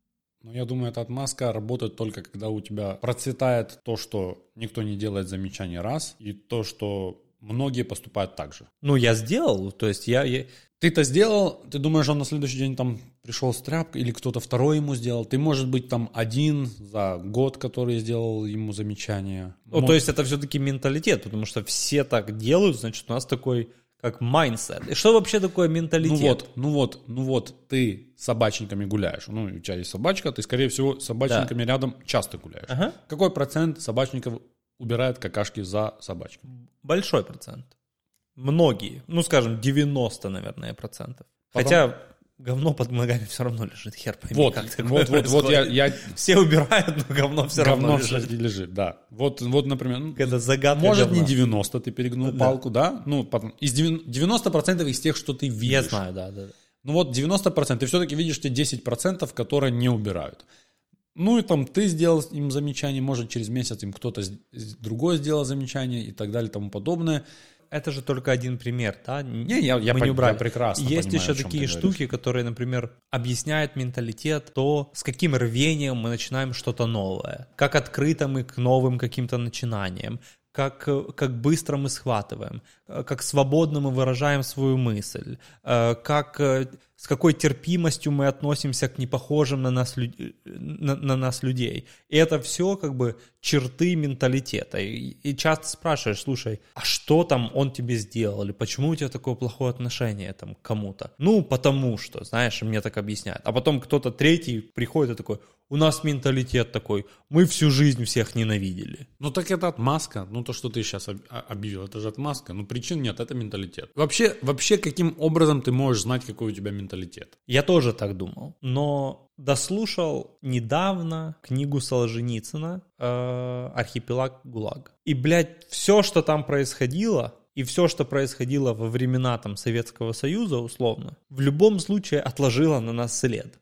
Но я думаю, эта отмазка работает только когда у тебя процветает то, что никто не делает замечаний раз, и то, что многие поступают так же. Ну, я сделал, то есть я... я... Ты-то сделал, ты думаешь, он на следующий день там пришел с тряпкой, или кто-то второй ему сделал. Ты, может быть, там один за год, который сделал ему замечание. Ну, Мог... то есть это все-таки менталитет, потому что все так делают, значит, у нас такой... как mindset. И что вообще такое менталитет? Ну вот, ну вот, ну вот, ты с собачниками гуляешь. Ну, у тебя есть собачка, ты, скорее всего, с собачниками да. рядом часто гуляешь. Ага. Какой процент собачников убирает какашки за собачками? Большой процент. Многие. Ну, скажем, девяносто, наверное, процентов. Потом... Хотя говно под ногами все равно лежит, хер пойми, вот, как такое вот, вот, вот, я, я... Все убирают, но говно все говно равно лежит. лежит, да. Вот, вот, например, это загадка может говна. Не девяносто ты перегнул да. палку, да? Ну, потом, из девяносто процентов из тех, что ты видишь. Я знаю, да, да. Ну вот девяносто процентов, ты все-таки видишь те десять процентов, которые не убирают. Ну и там ты сделал им замечание, может через месяц им кто-то другой сделал замечание и так далее и тому подобное. Это же только один пример, да? Не, я, я, Мы по, не убрали. я прекрасно Есть понимаю, еще такие штуки, которые, например, объясняют менталитет, то, с каким рвением мы начинаем что-то новое, как открыто мы к новым каким-то начинаниям, как, как быстро мы схватываем, как свободно мы выражаем свою мысль, как, с какой терпимостью мы относимся к непохожим на нас, на, на нас людей. И это все как бы черты менталитета. И, и часто спрашиваешь, слушай, а что там он тебе сделал? Или почему у тебя такое плохое отношение там, к кому-то? Ну, потому что, знаешь, мне так объясняют. А потом кто-то третий приходит и такой, у нас менталитет такой, мы всю жизнь всех ненавидели. Ну так это отмазка. Ну то, что ты сейчас объявил, это же отмазка. Ну причин нет, это менталитет. Вообще, вообще каким образом ты можешь знать, какой у тебя менталитет? Я тоже так думал. Но дослушал недавно книгу Солженицына э, «Архипелаг ГУЛАГ». И, блядь, все, что там происходило, и все, что происходило во времена там, Советского Союза, условно, в любом случае отложило на нас след.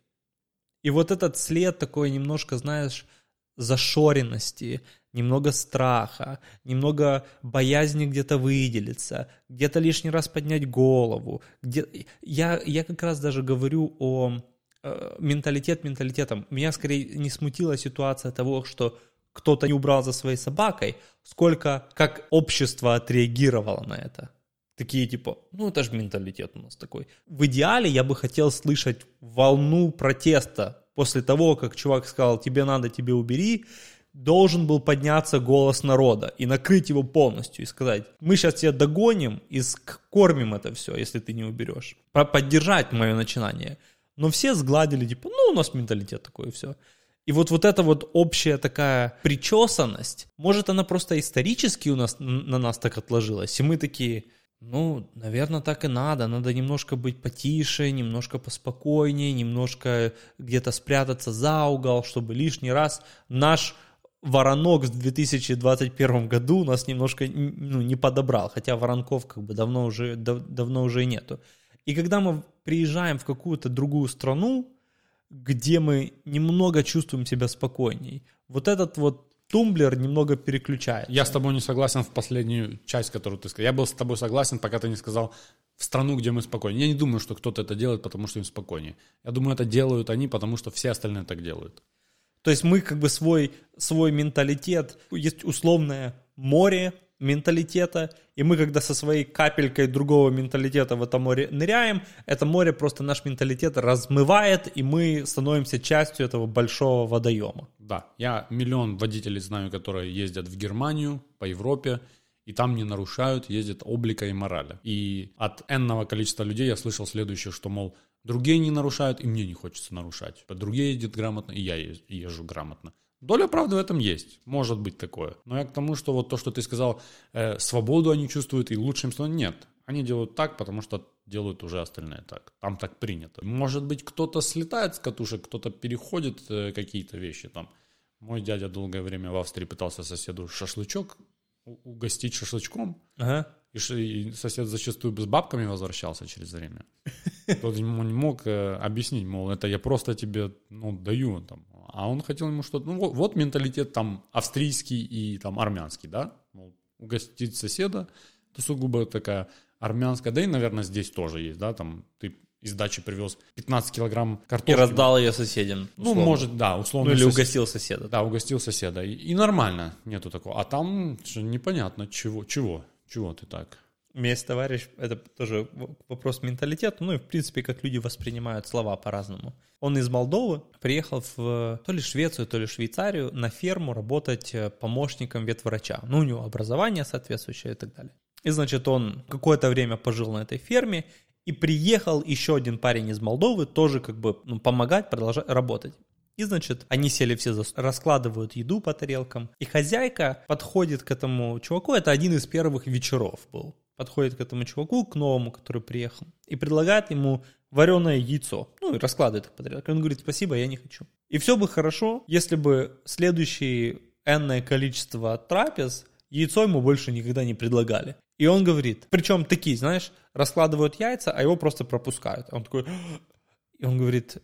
И вот этот след такой немножко, знаешь, зашоренности, немного страха, немного боязни где-то выделиться, где-то лишний раз поднять голову. Где... Я, я как раз даже говорю о э, менталитет менталитетом. Меня скорее не смутила ситуация того, что кто-то не убрал за своей собакой, сколько как общество отреагировало на это. Такие типа, ну это же менталитет у нас такой. В идеале я бы хотел слышать волну протеста после того, как чувак сказал, тебе надо, тебе убери, должен был подняться голос народа и накрыть его полностью и сказать, мы сейчас тебя догоним и скормим это все, если ты не уберешь. Поддержать мое начинание. Но все сгладили, типа, ну у нас менталитет такой и все. И вот, вот эта вот общая такая причесанность, может она просто исторически у нас, на нас так отложилась, и мы такие... Ну, наверное, так и надо. Надо немножко быть потише, немножко поспокойнее, немножко где-то спрятаться за угол, чтобы лишний раз наш воронок в две тысячи двадцать первом году нас немножко ну, не подобрал. Хотя воронков как бы давно уже, дав, давно уже и нету. И когда мы приезжаем в какую-то другую страну, где мы немного чувствуем себя спокойней, вот этот вот тумблер немного переключает. Я с тобой не согласен в последнюю часть, которую ты сказал. Я был с тобой согласен, пока ты не сказал в страну, где мы спокойнее. Я не думаю, что кто-то это делает, потому что им спокойнее. Я думаю, это делают они, потому что все остальные так делают. То есть мы как бы свой, свой менталитет, есть условное море менталитета, и мы когда со своей капелькой другого менталитета в это море ныряем, это море просто наш менталитет размывает, и мы становимся частью этого большого водоема. Да, я миллион водителей знаю, которые ездят в Германию, по Европе, и там не нарушают, ездят облика и морали. И от энного количества людей я слышал следующее, что, мол, другие не нарушают, и мне не хочется нарушать. Другие ездят грамотно, и я езжу грамотно. Доля правды в этом есть, может быть такое. Но я к тому, что вот то, что ты сказал, э, свободу они чувствуют, и лучшим становится, нет. Они делают так, потому что делают уже остальные так. Там так принято. Может быть, кто-то слетает с катушек, кто-то переходит э, какие-то вещи там. Мой дядя долгое время в Австрии пытался соседу шашлычок угостить шашлычком. Ага. И, и сосед зачастую с бабками возвращался через время. Тот ему не мог э, объяснить, мол, это я просто тебе ну, даю. Там. А он хотел ему что-то... Ну вот, вот менталитет там австрийский и там армянский, да? Мол, угостить соседа, это сугубо такая армянская. Да и, наверное, здесь тоже есть, да? Там ты из дачи привез пятнадцать килограмм И картошки. раздал ее соседям. Ну, условно. может, да, условно. Ну, или сос- угостил соседа. Да, угостил соседа. И, и нормально, нету такого. А там что, непонятно, чего, чего, чего ты так. У меня есть товарищ, это тоже вопрос менталитета, ну и в принципе, как люди воспринимают слова по-разному. Он из Молдовы приехал в то ли Швецию, то ли Швейцарию на ферму работать помощником ветврача. Ну, у него образование соответствующее и так далее. И, значит, он какое-то время пожил на этой ферме, и приехал еще один парень из Молдовы тоже как бы ну, помогать, продолжать работать. И, значит, они сели все, за... раскладывают еду по тарелкам, и хозяйка подходит к этому чуваку, это один из первых вечеров был, подходит к этому чуваку, к новому, который приехал, и предлагает ему вареное яйцо, ну, и раскладывает их по тарелкам. Он говорит: спасибо, я не хочу. И все бы хорошо, если бы следующие энное количество трапез яйцо ему больше никогда не предлагали. И он говорит, причем такие, знаешь, раскладывают яйца, а его просто пропускают. Он такой, и он говорит,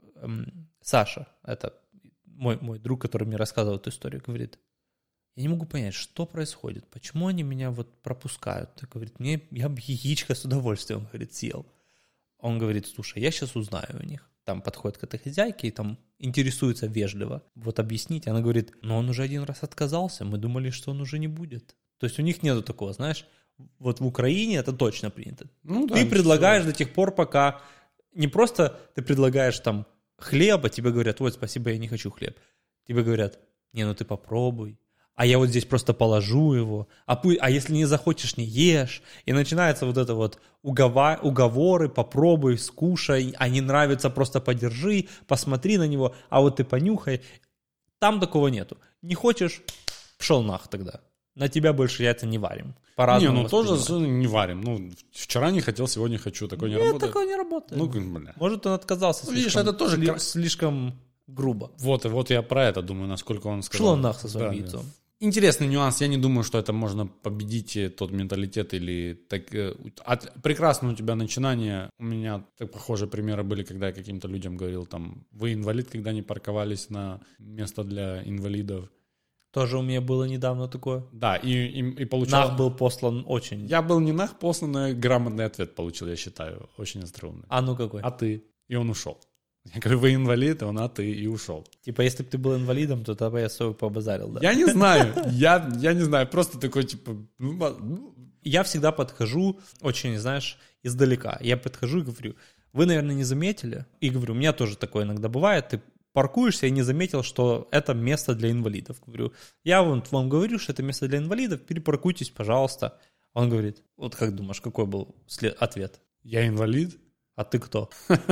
Саша, это мой, мой друг, который мне рассказывал эту историю, говорит: я не могу понять, что происходит, почему они меня вот пропускают. Он говорит: мне, я бы яичко с удовольствием, он говорит, съел. Он говорит: слушай, я сейчас узнаю у них. Там подходит к этой хозяйке и там интересуется вежливо. Вот объяснить. Она говорит: но он уже один раз отказался, мы думали, что он уже не будет. То есть у них нету такого, знаешь, вот в Украине это точно принято. Ну, да, ты предлагаешь все. До тех пор, пока не просто ты предлагаешь там хлеб, а тебе говорят: вот, спасибо, я не хочу хлеб. Тебе говорят: не, ну ты попробуй. А я вот здесь просто положу его. А, пу- а если не захочешь, не ешь. И начинается вот это вот угова- уговоры, попробуй, скушай, а не нравится, просто подержи, посмотри на него, а вот ты понюхай. Там такого нету. Не хочешь, пшел нах тогда. На тебя больше яйца не варим. По-разному. Не, ну тоже не варим. Ну, вчера не хотел, сегодня хочу. Такое не Нет, работает. такое не работает. Ну, бля. Может, он отказался ну, слишком, видишь, это тоже сли- слишком грубо. Вот, и вот я про это думаю, насколько он сказал. Шел нах со своим да, яйцом. Да. Интересный нюанс. Я не думаю, что это можно победить тот менталитет или так. От, прекрасно у тебя начинание. У меня так похожие примеры были, когда я каким-то людям говорил, там, вы инвалид, когда не парковались на место для инвалидов. Тоже у меня было недавно такое. Да, и, и, и получал... Нах был послан очень... Я был не нах послан, но грамотный ответ получил, я считаю. Очень остроумный. А ну какой? А ты? И он ушел. Я говорю: вы инвалид, он а ты, и ушел. Типа, если бы ты был инвалидом, то тогда я особо побазарил, да? Я не знаю, я, я не знаю, просто такой, типа... Ну... Я всегда подхожу очень, знаешь, издалека. Я подхожу и говорю: вы, наверное, не заметили? И говорю, у меня тоже такое иногда бывает, ты паркуешься и не заметил, что это место для инвалидов. Говорю, я вот вам говорю, что это место для инвалидов, перепаркуйтесь, пожалуйста. Он говорит: вот как думаешь, какой был след... ответ? Я инвалид? А ты кто?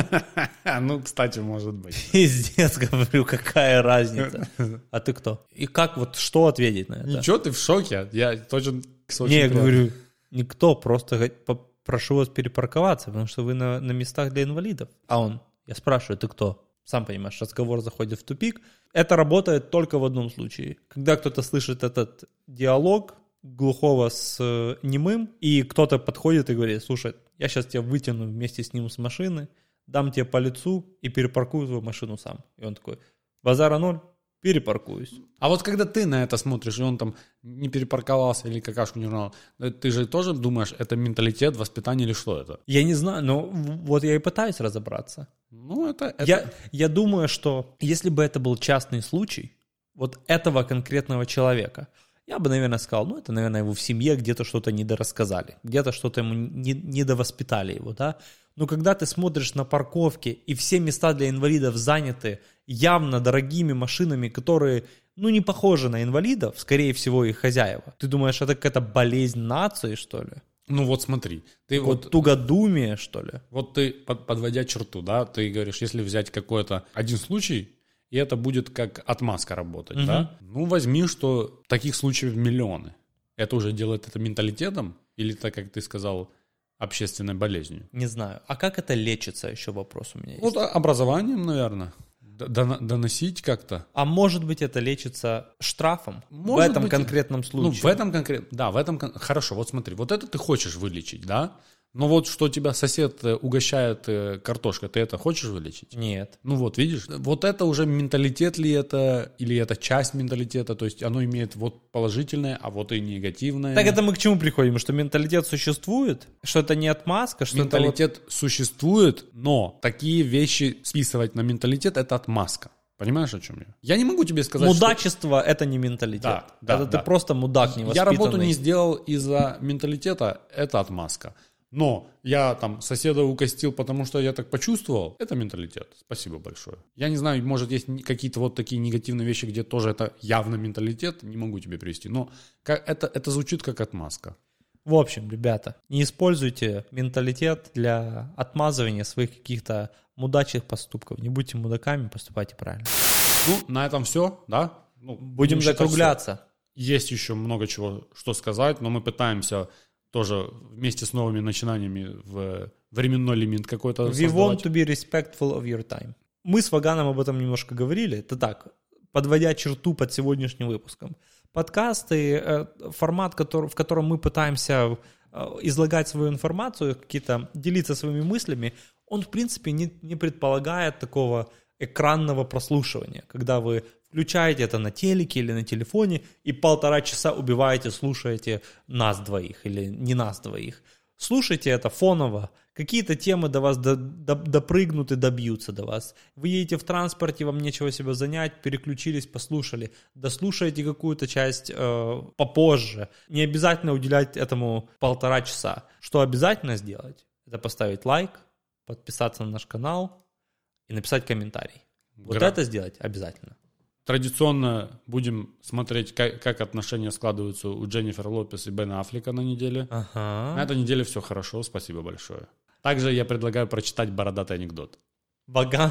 Ну, кстати, может быть. Пиздец, говорю, какая разница. А ты кто? И как вот, что ответить на это? Ничего, ты в шоке. Я точно... Не, я говорю, никто, просто прошу вас перепарковаться, потому что вы на, на местах для инвалидов. А он, я спрашиваю, ты кто? Сам понимаешь, разговор заходит в тупик. Это работает только в одном случае. Когда кто-то слышит этот диалог глухого с немым, и кто-то подходит и говорит: слушай, я сейчас тебя вытяну вместе с ним с машины, дам тебе по лицу и перепаркую твою машину сам. И он такой: базара ноль, перепаркуюсь. А вот когда ты на это смотришь, и он там не перепарковался или какашку не урал, ты же тоже думаешь, это менталитет, воспитание или что это? Я не знаю, но вот я и пытаюсь разобраться. Ну, это... это... Я, я думаю, что если бы это был частный случай, вот этого конкретного человека, я бы, наверное, сказал, ну, это, наверное, его в семье где-то что-то недорассказали, где-то что-то ему не, недовоспитали его, да. Но когда ты смотришь на парковке, и все места для инвалидов заняты явно дорогими машинами, которые, ну, не похожи на инвалидов, скорее всего, их хозяева, ты думаешь, это какая-то болезнь нации, что ли? Ну, вот смотри. Ты вот, вот тугодумие, что ли? Вот ты, под, подводя черту, да, ты говоришь, если взять какой-то один случай, и это будет как отмазка работать, угу. да? Ну, возьми, что таких случаев миллионы. Это уже делает это менталитетом? Или так, как ты сказал, общественной болезнью? Не знаю. А как это лечится, еще вопрос у меня есть. Вот образованием, наверное. Доносить как-то. А может быть, это лечится штрафом? Может в этом быть, конкретном случае? Ну, в этом конкретном... Да, в этом... Хорошо, вот смотри. Вот это ты хочешь вылечить, да? Но вот что тебя сосед э, угощает э, картошкой, ты это хочешь вылечить? Нет. Ну вот, видишь, вот это уже менталитет ли это, или это часть менталитета, то есть оно имеет вот положительное, а вот и негативное. Так это мы к чему приходим? Что менталитет существует? Что это не отмазка? Что Менталитет это вот... существует, но такие вещи списывать на менталитет – это отмазка. Понимаешь, о чем я? Я не могу тебе сказать, Мудачество что... это не менталитет. Да, да, это да. ты просто мудак невоспитанный. Я работу не сделал из-за менталитета, это отмазка. Но я там соседа укостил, потому что я так почувствовал, это менталитет. Спасибо большое. Я не знаю, может есть какие-то вот такие негативные вещи, где тоже это явно менталитет, не могу тебе привести. Но это, это звучит как отмазка. В общем, ребята, не используйте менталитет для отмазывания своих каких-то мудачьих поступков. Не будьте мудаками, поступайте правильно. Ну, на этом все, да? Ну, будем закругляться. Есть еще много чего, что сказать, но мы пытаемся тоже вместе с новыми начинаниями в временной лимит какой-то We создавать. want to be respectful of your time. Мы с Ваганом об этом немножко говорили. Это так, подводя черту под сегодняшним выпуском. Подкасты, формат, в котором мы пытаемся излагать свою информацию, какие-то делиться своими мыслями, он, в принципе, не, не предполагает такого экранного прослушивания, когда вы включаете это на телеке или на телефоне и полтора часа убиваете, слушаете нас двоих или не нас двоих. Слушайте это фоново. Какие-то темы до вас до, до, допрыгнут и добьются до вас. Вы едете в транспорте, вам нечего себя занять, переключились, послушали. Дослушаете какую-то часть э, попозже. Не обязательно уделять этому полтора часа. Что обязательно сделать? Это поставить лайк, подписаться на наш канал и написать комментарий. Вот Гра... это сделать обязательно. Традиционно будем смотреть, как, как отношения складываются у Дженнифер Лопес и Бена Аффлека на неделе. Ага. На этой неделе все хорошо, спасибо большое. Также я предлагаю прочитать бородатый анекдот. Ваган.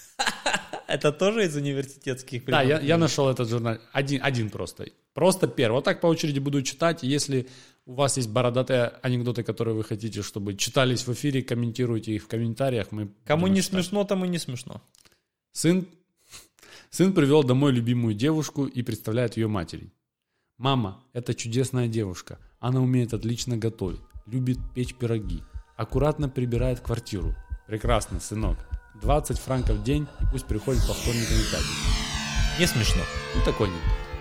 Это тоже из университетских Да, времен? я, я нашел этот журнал. Один, один просто. Просто первый. Вот так по очереди буду читать. Если у вас есть бородатые анекдоты, которые вы хотите, чтобы читались в эфире, комментируйте их в комментариях. Мы Кому не читать. смешно, тому не смешно. Сын, сын привел домой любимую девушку и представляет ее матери. Мама, это чудесная девушка. Она умеет отлично готовить, любит печь пироги, аккуратно прибирает квартиру. Прекрасно, сынок. двадцать франков в день и пусть приходит по вторникам и пятницам. Не смешно. Ну такой нет.